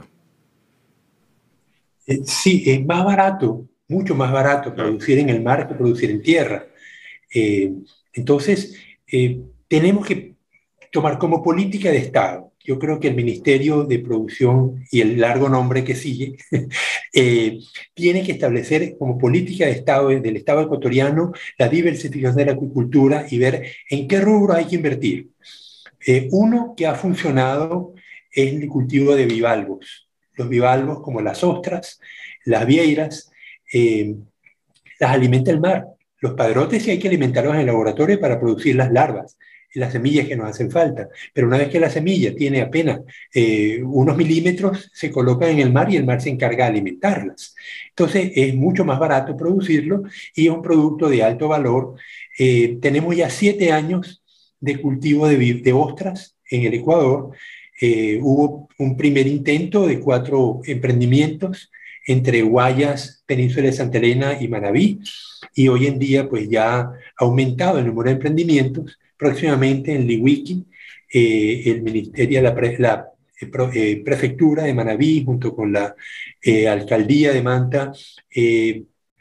Eh, Sí, es más barato, mucho más barato Claro. producir en el mar que producir en tierra. Eh, entonces, eh, tenemos que tomar como política de Estado. Yo creo que el Ministerio de Producción y el largo nombre que sigue eh, tiene que establecer como política de Estado del Estado ecuatoriano la diversificación de la acuicultura y ver en qué rubro hay que invertir. Eh, uno que ha funcionado es el cultivo de bivalvos. Los bivalvos, como las ostras, las vieiras, eh, las alimenta el mar. Los padrotes sí hay que alimentarlos en el laboratorio para producir las larvas, las semillas que nos hacen falta. Pero una vez que la semilla tiene apenas eh, unos milímetros, se colocan en el mar y el mar se encarga de alimentarlas. Entonces es mucho más barato producirlo y es un producto de alto valor. Eh, tenemos ya siete años de cultivo de, de ostras en el Ecuador. eh, hubo un primer intento de cuatro emprendimientos entre Guayas, Península de Santa Elena y Manabí, y hoy en día pues ya ha aumentado el número de emprendimientos. Próximamente en Liwiki, eh, el Ministerio, la, pre, la eh, pro, eh, Prefectura de Manabí, junto con la eh, Alcaldía de Manta, eh,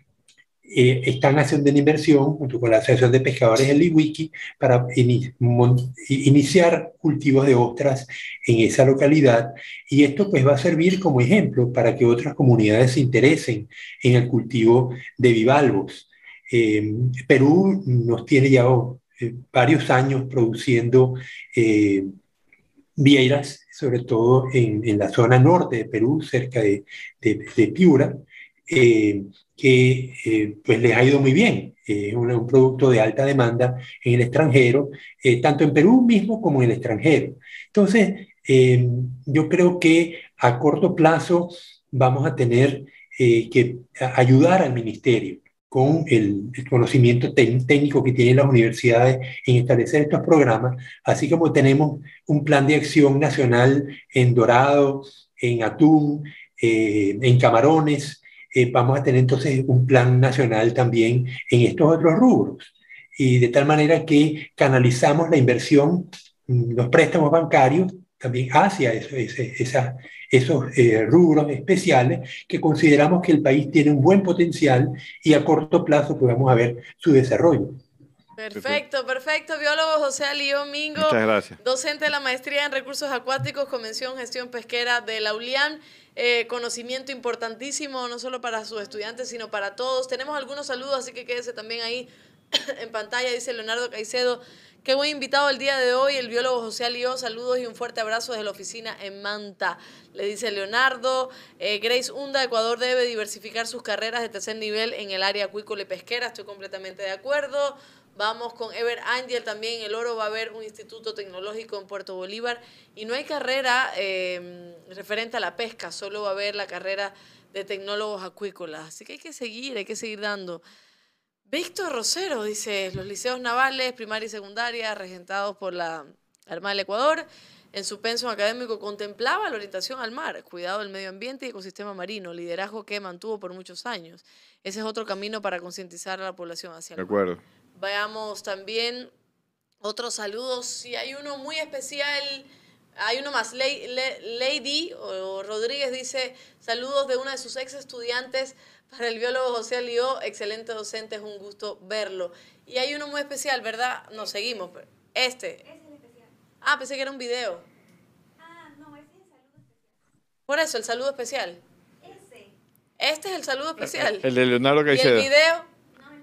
eh, están haciendo una inversión junto con la Asociación de Pescadores del Liwiki para in, mon, iniciar cultivos de ostras en esa localidad, y esto pues va a servir como ejemplo para que otras comunidades se interesen en el cultivo de bivalvos. Eh, Perú nos tiene ya eh, varios años produciendo eh, vieiras, sobre todo en, en la zona norte de Perú, cerca de, de, de Piura, eh, que eh, pues les ha ido muy bien. Es eh, un, un producto de alta demanda en el extranjero, eh, tanto en Perú mismo como en el extranjero. Entonces, eh, yo creo que a corto plazo vamos a tener eh, que ayudar al ministerio con el, el conocimiento técnico que tienen las universidades en establecer estos programas, así como tenemos un plan de acción nacional en dorado, en atún, eh, en camarones. Eh, vamos a tener entonces un plan nacional también en estos otros rubros, y de tal manera que canalizamos la inversión, los préstamos bancarios también hacia eso, ese, esa, esos eh, rubros especiales que consideramos que el país tiene un buen potencial y a corto plazo pues vamos a ver su desarrollo. Perfecto, perfecto. Biólogo José Alió Mingo. Muchas gracias. Docente de la Maestría en Recursos Acuáticos, Convención Gestión Pesquera de la ULIAN. Eh, conocimiento importantísimo, no solo para sus estudiantes, sino para todos. Tenemos algunos saludos, así que quédese también ahí en pantalla. Dice Leonardo Caicedo, qué buen invitado el día de hoy, el biólogo José Alió. Saludos y un fuerte abrazo desde la oficina en Manta. Le dice Leonardo. Eh, Grace Hunda, Ecuador debe diversificar sus carreras de tercer nivel en el área acuícola y pesquera. Estoy completamente de acuerdo. Vamos con Ever Angel también. El Oro va a haber un instituto tecnológico en Puerto Bolívar y no hay carrera eh, referente a la pesca, solo va a haber la carrera de tecnólogos acuícolas. Así que hay que seguir, hay que seguir dando. Víctor Rosero dice, los liceos navales, primaria y secundaria, regentados por la Armada del Ecuador, en su pensum académico contemplaba la orientación al mar, cuidado del medio ambiente y ecosistema marino, liderazgo que mantuvo por muchos años. Ese es otro camino para concientizar a la población hacia el mar. De acuerdo. Veamos también otros saludos. Si hay uno muy especial, hay uno más. Lady o Rodríguez dice, saludos de una de sus ex estudiantes para el biólogo José Alió, excelente docente, es un gusto verlo. Y hay uno muy especial, ¿verdad? Nos seguimos. Este. Ese es el especial. Ah, pensé que era un video. Ah, no, ese es el saludo especial. Por eso, el saludo especial. Ese. Este es el saludo especial. El de Leonardo Caicedo. ¿Y el video?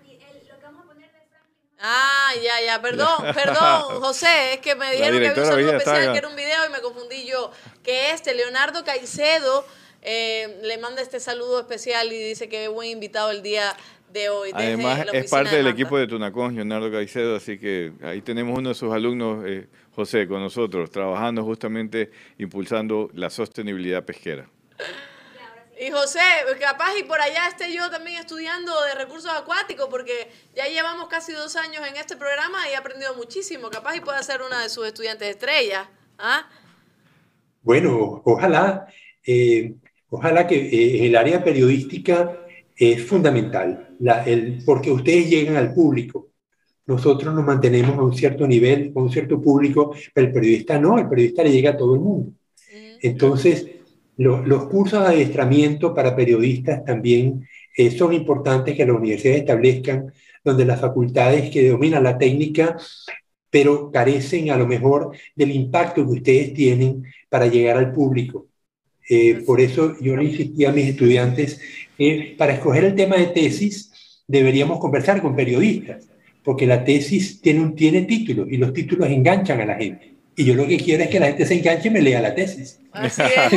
Ah, ya, ya, perdón, perdón, José, es que me dijeron que había un saludo especial, que era un video y me confundí yo. Que este, Leonardo Caicedo, eh, le manda este saludo especial y dice que es buen invitado el día de hoy. Además, es parte del equipo de Tunacón, Leonardo Caicedo, así que ahí tenemos uno de sus alumnos, eh, José, con nosotros, trabajando justamente, impulsando la sostenibilidad pesquera. Y José, capaz y por allá esté yo también estudiando de recursos acuáticos, porque ya llevamos casi dos años en este programa y he aprendido muchísimo. Capaz y pueda ser una de sus estudiantes estrellas. ¿Ah? Bueno, ojalá, eh, ojalá que eh, el área periodística es fundamental, la, el, porque ustedes llegan al público. Nosotros nos mantenemos a un cierto nivel, a un cierto público, pero el periodista no, el periodista le llega a todo el mundo. Entonces, Los, los cursos de adiestramiento para periodistas también eh, son importantes que las universidades establezcan, donde las facultades que dominan la técnica, pero carecen a lo mejor del impacto que ustedes tienen para llegar al público. Eh, por eso yo le insistí a mis estudiantes que eh, para escoger el tema de tesis deberíamos conversar con periodistas, porque la tesis tiene, un, tiene títulos y los títulos enganchan a la gente. Y yo lo que quiero es que la gente se enganche y me lea la tesis. Así es.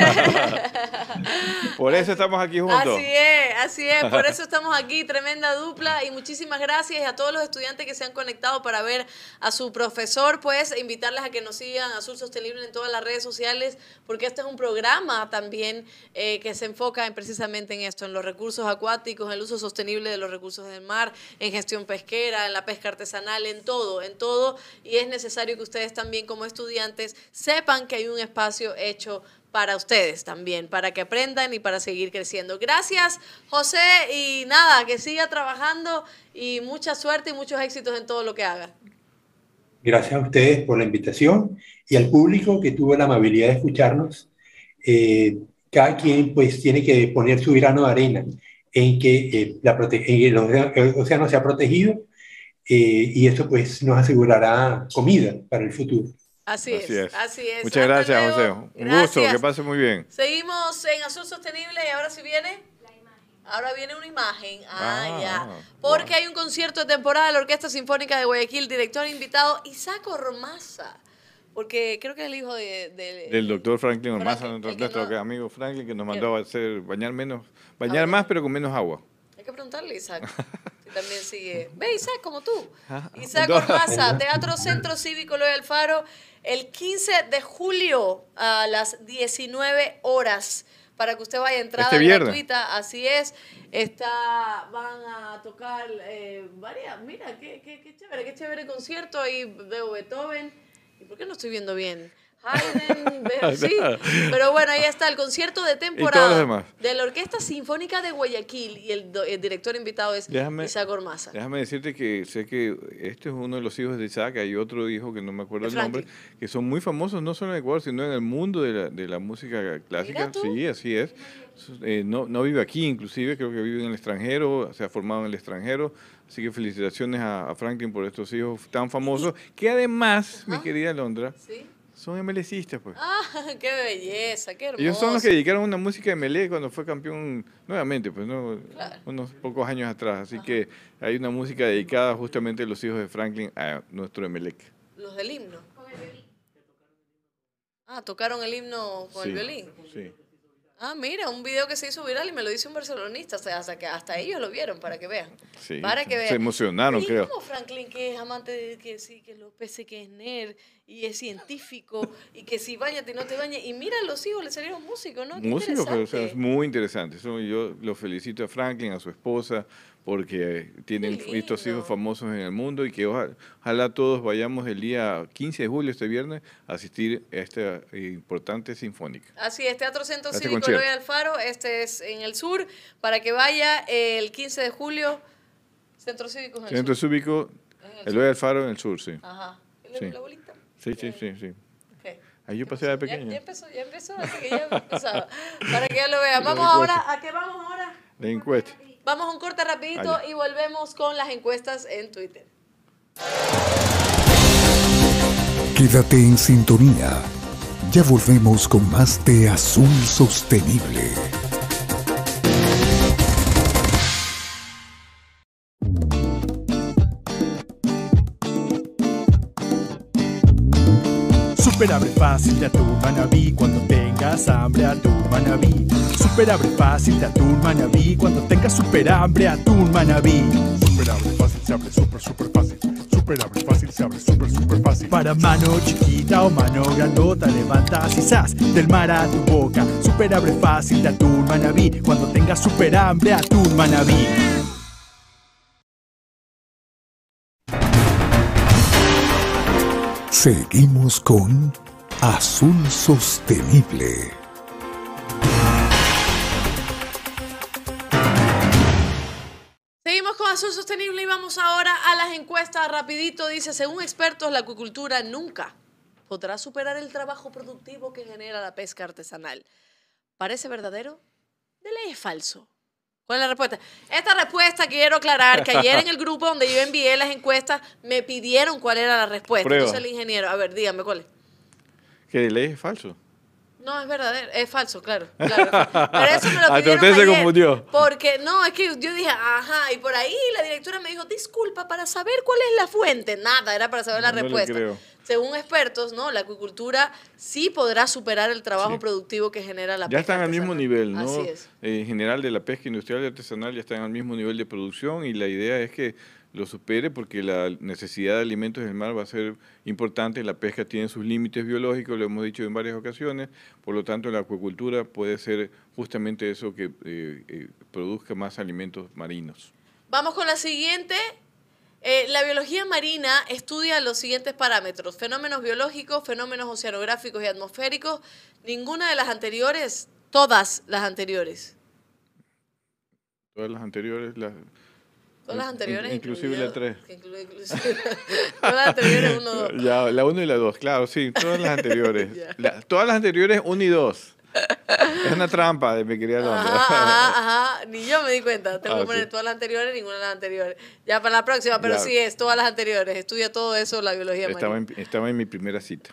Por eso estamos aquí juntos. Así es, así es. Por eso estamos aquí, tremenda dupla. Y muchísimas gracias a todos los estudiantes que se han conectado para ver a su profesor. Pues invitarles a que nos sigan Azul Sostenible en todas las redes sociales, porque este es un programa también eh, que se enfoca en, precisamente en esto, en los recursos acuáticos, en el uso sostenible de los recursos del mar, en gestión pesquera, en la pesca artesanal, en todo, en todo. Y es necesario que ustedes también como estudiantes sepan que hay un espacio hecho para ustedes también, para que aprendan y para seguir creciendo. Gracias, José, y nada, que siga trabajando y mucha suerte y muchos éxitos en todo lo que haga. Gracias a ustedes por la invitación y al público que tuvo la amabilidad de escucharnos. Eh, cada quien pues tiene que poner su grano de arena en que eh, la prote el, océano, el océano sea protegido eh, y eso pues nos asegurará comida para el futuro. Así, así es, es, así es. Muchas Hasta gracias, luego. José. Un Gracias. gusto, que pase muy bien. Seguimos en Azul Sostenible y ahora sí viene... La imagen. Ahora viene una imagen. Ah, ah ya. Porque wow. hay un concierto de temporada de la Orquesta Sinfónica de Guayaquil, director invitado Isaac Ormaza. Porque creo que es el hijo de, de, del doctor Franklin Ormaza, Franklin, nuestro, nuestro no, amigo Franklin, que nos mandó a hacer bañar menos, bañar ah, más, pero con menos agua. Hay que preguntarle, Isaac. Si también sigue. Ve, Isaac, como tú. Isaac Ormaza, Teatro Centro Cívico Eloy Alfaro, el quince de julio a las diecinueve horas, para que usted vaya a entrada este gratuita. Así es. Está, van a tocar eh, varias. Mira, qué, qué, qué chévere, qué chévere concierto ahí de Beethoven. ¿Y por qué no estoy viendo bien? Haydn, sí, pero bueno, ahí está el concierto de temporada de la Orquesta Sinfónica de Guayaquil y el, el director invitado es déjame, Isaac Ormaza. Déjame decirte que sé que este es uno de los hijos de Isaac, hay otro hijo que no me acuerdo el nombre, que son muy famosos no solo en Ecuador, sino en el mundo de la, de la música clásica. Sí, así es. Eh, no, no vive aquí, inclusive creo que vive en el extranjero, se ha formado en el extranjero. Así que felicitaciones a, a Franklin por estos hijos tan famosos, que además, ¿Ah? mi querida Londra, ¿sí? son emelecistas, pues. ¡Ah, qué belleza, qué hermoso! Ellos son los que dedicaron una música de Emelec cuando fue campeón nuevamente, pues, ¿no? Claro. Unos pocos años atrás. Así Ajá. que hay una música dedicada justamente a los hijos de Franklin, a nuestro Emelec. ¿Los del himno? Con el violín. Ah, tocaron el himno con sí, el violín. Sí. Ah, mira, un video que se hizo viral y me lo dice un barcelonista, o sea, hasta que hasta ellos lo vieron, para que vean. Sí, para que vean. Se emocionaron, y creo. Como Franklin, que es amante de que sí, que los peces, que es nerd y es científico y que si bañate y no te bañes. Y mira, los hijos le salieron músicos, ¿no? Qué músicos, pero, o sea, es muy interesante. Eso, yo lo felicito a Franklin, a su esposa, porque tienen estos hijos famosos en el mundo y que ojalá, ojalá todos vayamos el día quince de julio, este viernes, a asistir a esta importante sinfónica. Así es, Teatro Centro este Cívico Eloy Alfaro, este es en el sur, para que vaya el quince de julio, Centro Cívico en el Centro sur. Cívico Eloy Alfaro en el sur, sí. Ajá. Sí. ¿La bolita? Sí, sí, sí, sí. Okay. Ahí yo pasé de pequeño. Ya, ya empezó, ya empezó, así que ya empezaba. Para que ya lo vean. Vamos ahora, ¿a qué vamos ahora? La encuesta. Vamos a un corte rapidito Allá. y volvemos con las encuestas en Twitter. Quédate en sintonía. Ya volvemos con más de Azul Sostenible. Super abre fácil de atún Manabí cuando tengas hambre atún Manabí. Super abre fácil de atún Manabí cuando tengas super hambre atún Manabí. Super abre fácil se abre super super fácil. Super abre fácil se abre super super fácil. Para mano chiquita o mano grandota levantas y zas del mar a tu boca. Super abre fácil de atún Manabí cuando tengas super hambre atún Manabí. Seguimos con Azul Sostenible. Seguimos con Azul Sostenible y vamos ahora a las encuestas rapidito. Dice, según expertos, la acuicultura nunca podrá superar el trabajo productivo que genera la pesca artesanal. ¿Parece verdadero? De ley es falso. ¿Cuál es la respuesta? Esta respuesta quiero aclarar que ayer en el grupo donde yo envié las encuestas me pidieron cuál era la respuesta. Prueba. Entonces el ingeniero, a ver, dígame cuál es. Que de ley es falso. No, es verdadero, es falso, claro. claro. Pero eso me lo Hasta pidieron usted ayer, se confundió. porque no, es que yo dije, ajá, y por ahí la directora me dijo, disculpa, para saber cuál es la fuente. Nada, era para saber la No respuesta. le creo. según expertos, ¿no? La acuicultura sí podrá superar el trabajo Sí. productivo que genera la Ya pesca están al mismo artesanal. nivel, ¿no? Así es. Eh, En general de la pesca industrial y artesanal ya están al mismo nivel de producción y la idea es que lo supere porque la necesidad de alimentos en el mar va a ser importante. La pesca tiene sus límites biológicos, lo hemos dicho en varias ocasiones, por lo tanto la acuicultura puede ser justamente eso que eh, eh, produzca más alimentos marinos. Vamos con la siguiente. Eh, la biología marina estudia los siguientes parámetros: fenómenos biológicos, fenómenos oceanográficos y atmosféricos. Ninguna de las anteriores, todas las anteriores. Todas las anteriores, las, Todas las anteriores, in- inclusive incluido- la tres. que incluye- inclusive- todas las anteriores, uno, dos. Ya, la uno y la dos, claro, sí, todas las anteriores. Ya. La- todas las anteriores, uno y dos. Es una trampa de mi querida Londra. Ajá, ajá, ajá. Ni yo me di cuenta. Tengo Ah, que poner sí. todas las anteriores, ninguna de las anteriores. Ya para la próxima, pero Ya. sí es todas las anteriores. Estudia todo eso la biología Estaba marina. en, estaba en mi primera cita.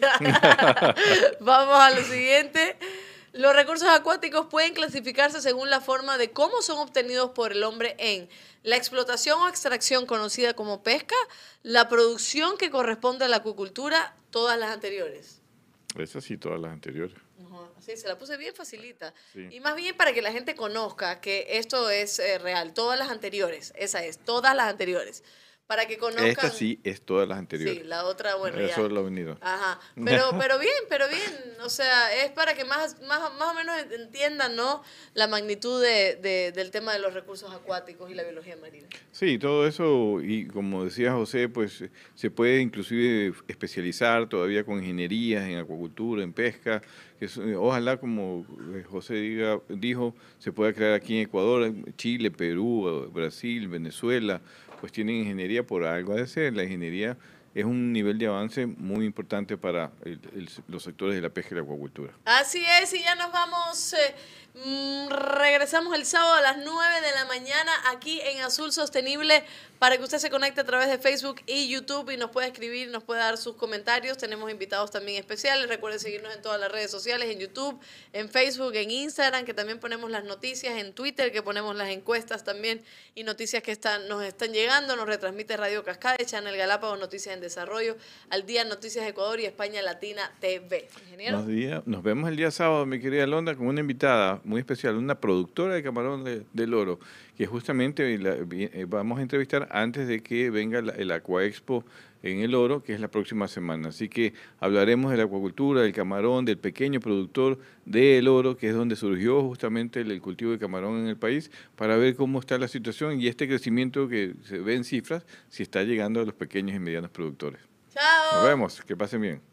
Ya. Vamos a lo siguiente. Los recursos acuáticos pueden clasificarse según la forma de cómo son obtenidos por el hombre en la explotación o extracción conocida como pesca, la producción que corresponde a la acuicultura, todas las anteriores. Esas sí, todas las anteriores. Ajá, sí, se la puse bien facilita. Sí. Y más bien para que la gente conozca que esto es eh, real. Todas las anteriores, esa es, todas las anteriores. Para que conozcan. Esta sí es todas las anteriores. Sí, la otra, bueno, ya. Eso es lo unido. Ajá, pero, pero bien, pero bien, o sea, es para que más, más, más o menos entiendan, ¿no?, la magnitud de, de- del tema de los recursos acuáticos y la biología marina. Sí, todo eso, y como decía José, pues se puede inclusive especializar todavía con ingenierías en acuacultura, en pesca, que es- ojalá, como José diga, dijo, se pueda crear aquí en Ecuador, Chile, Perú, Brasil, Venezuela, pues tienen ingeniería por algo de ser. La ingeniería es un nivel de avance muy importante para el- el- los sectores de la pesca y la acuacultura. Así es, y ya nos vamos, eh, mm, regresamos el sábado a las nueve de la mañana aquí en Azul Sostenible para que usted se conecte a través de Facebook y YouTube y nos pueda escribir, nos pueda dar sus comentarios. Tenemos invitados también especiales. Recuerde seguirnos en todas las redes sociales, en YouTube, en Facebook, en Instagram, que también ponemos las noticias, en Twitter, que ponemos las encuestas también y noticias que están, nos están llegando. Nos retransmite Radio Cascade, Channel Galápagos, Noticias en Desarrollo, Al Día Noticias Ecuador y España Latina T V. Ingeniero. Nos, día- nos vemos el día sábado, mi querida Londa, con una invitada muy especial, una productora de camarón de- del oro, que justamente la- vi- eh, vamos a entrevistar antes de que venga la- el Aquaexpo en el oro, que es la próxima semana. Así que hablaremos de la acuacultura, del camarón, del pequeño productor del oro, que es donde surgió justamente el, el cultivo de camarón en el país, para ver cómo está la situación y este crecimiento que se ve en cifras, si está llegando a los pequeños y medianos productores. Chao. Nos vemos, que pasen bien.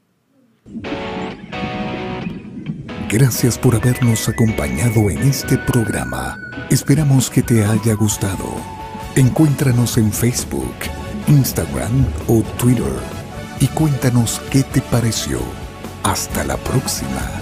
Gracias por habernos acompañado en este programa. Esperamos que te haya gustado. Encuéntranos en Facebook, Instagram o Twitter y cuéntanos qué te pareció. Hasta la próxima.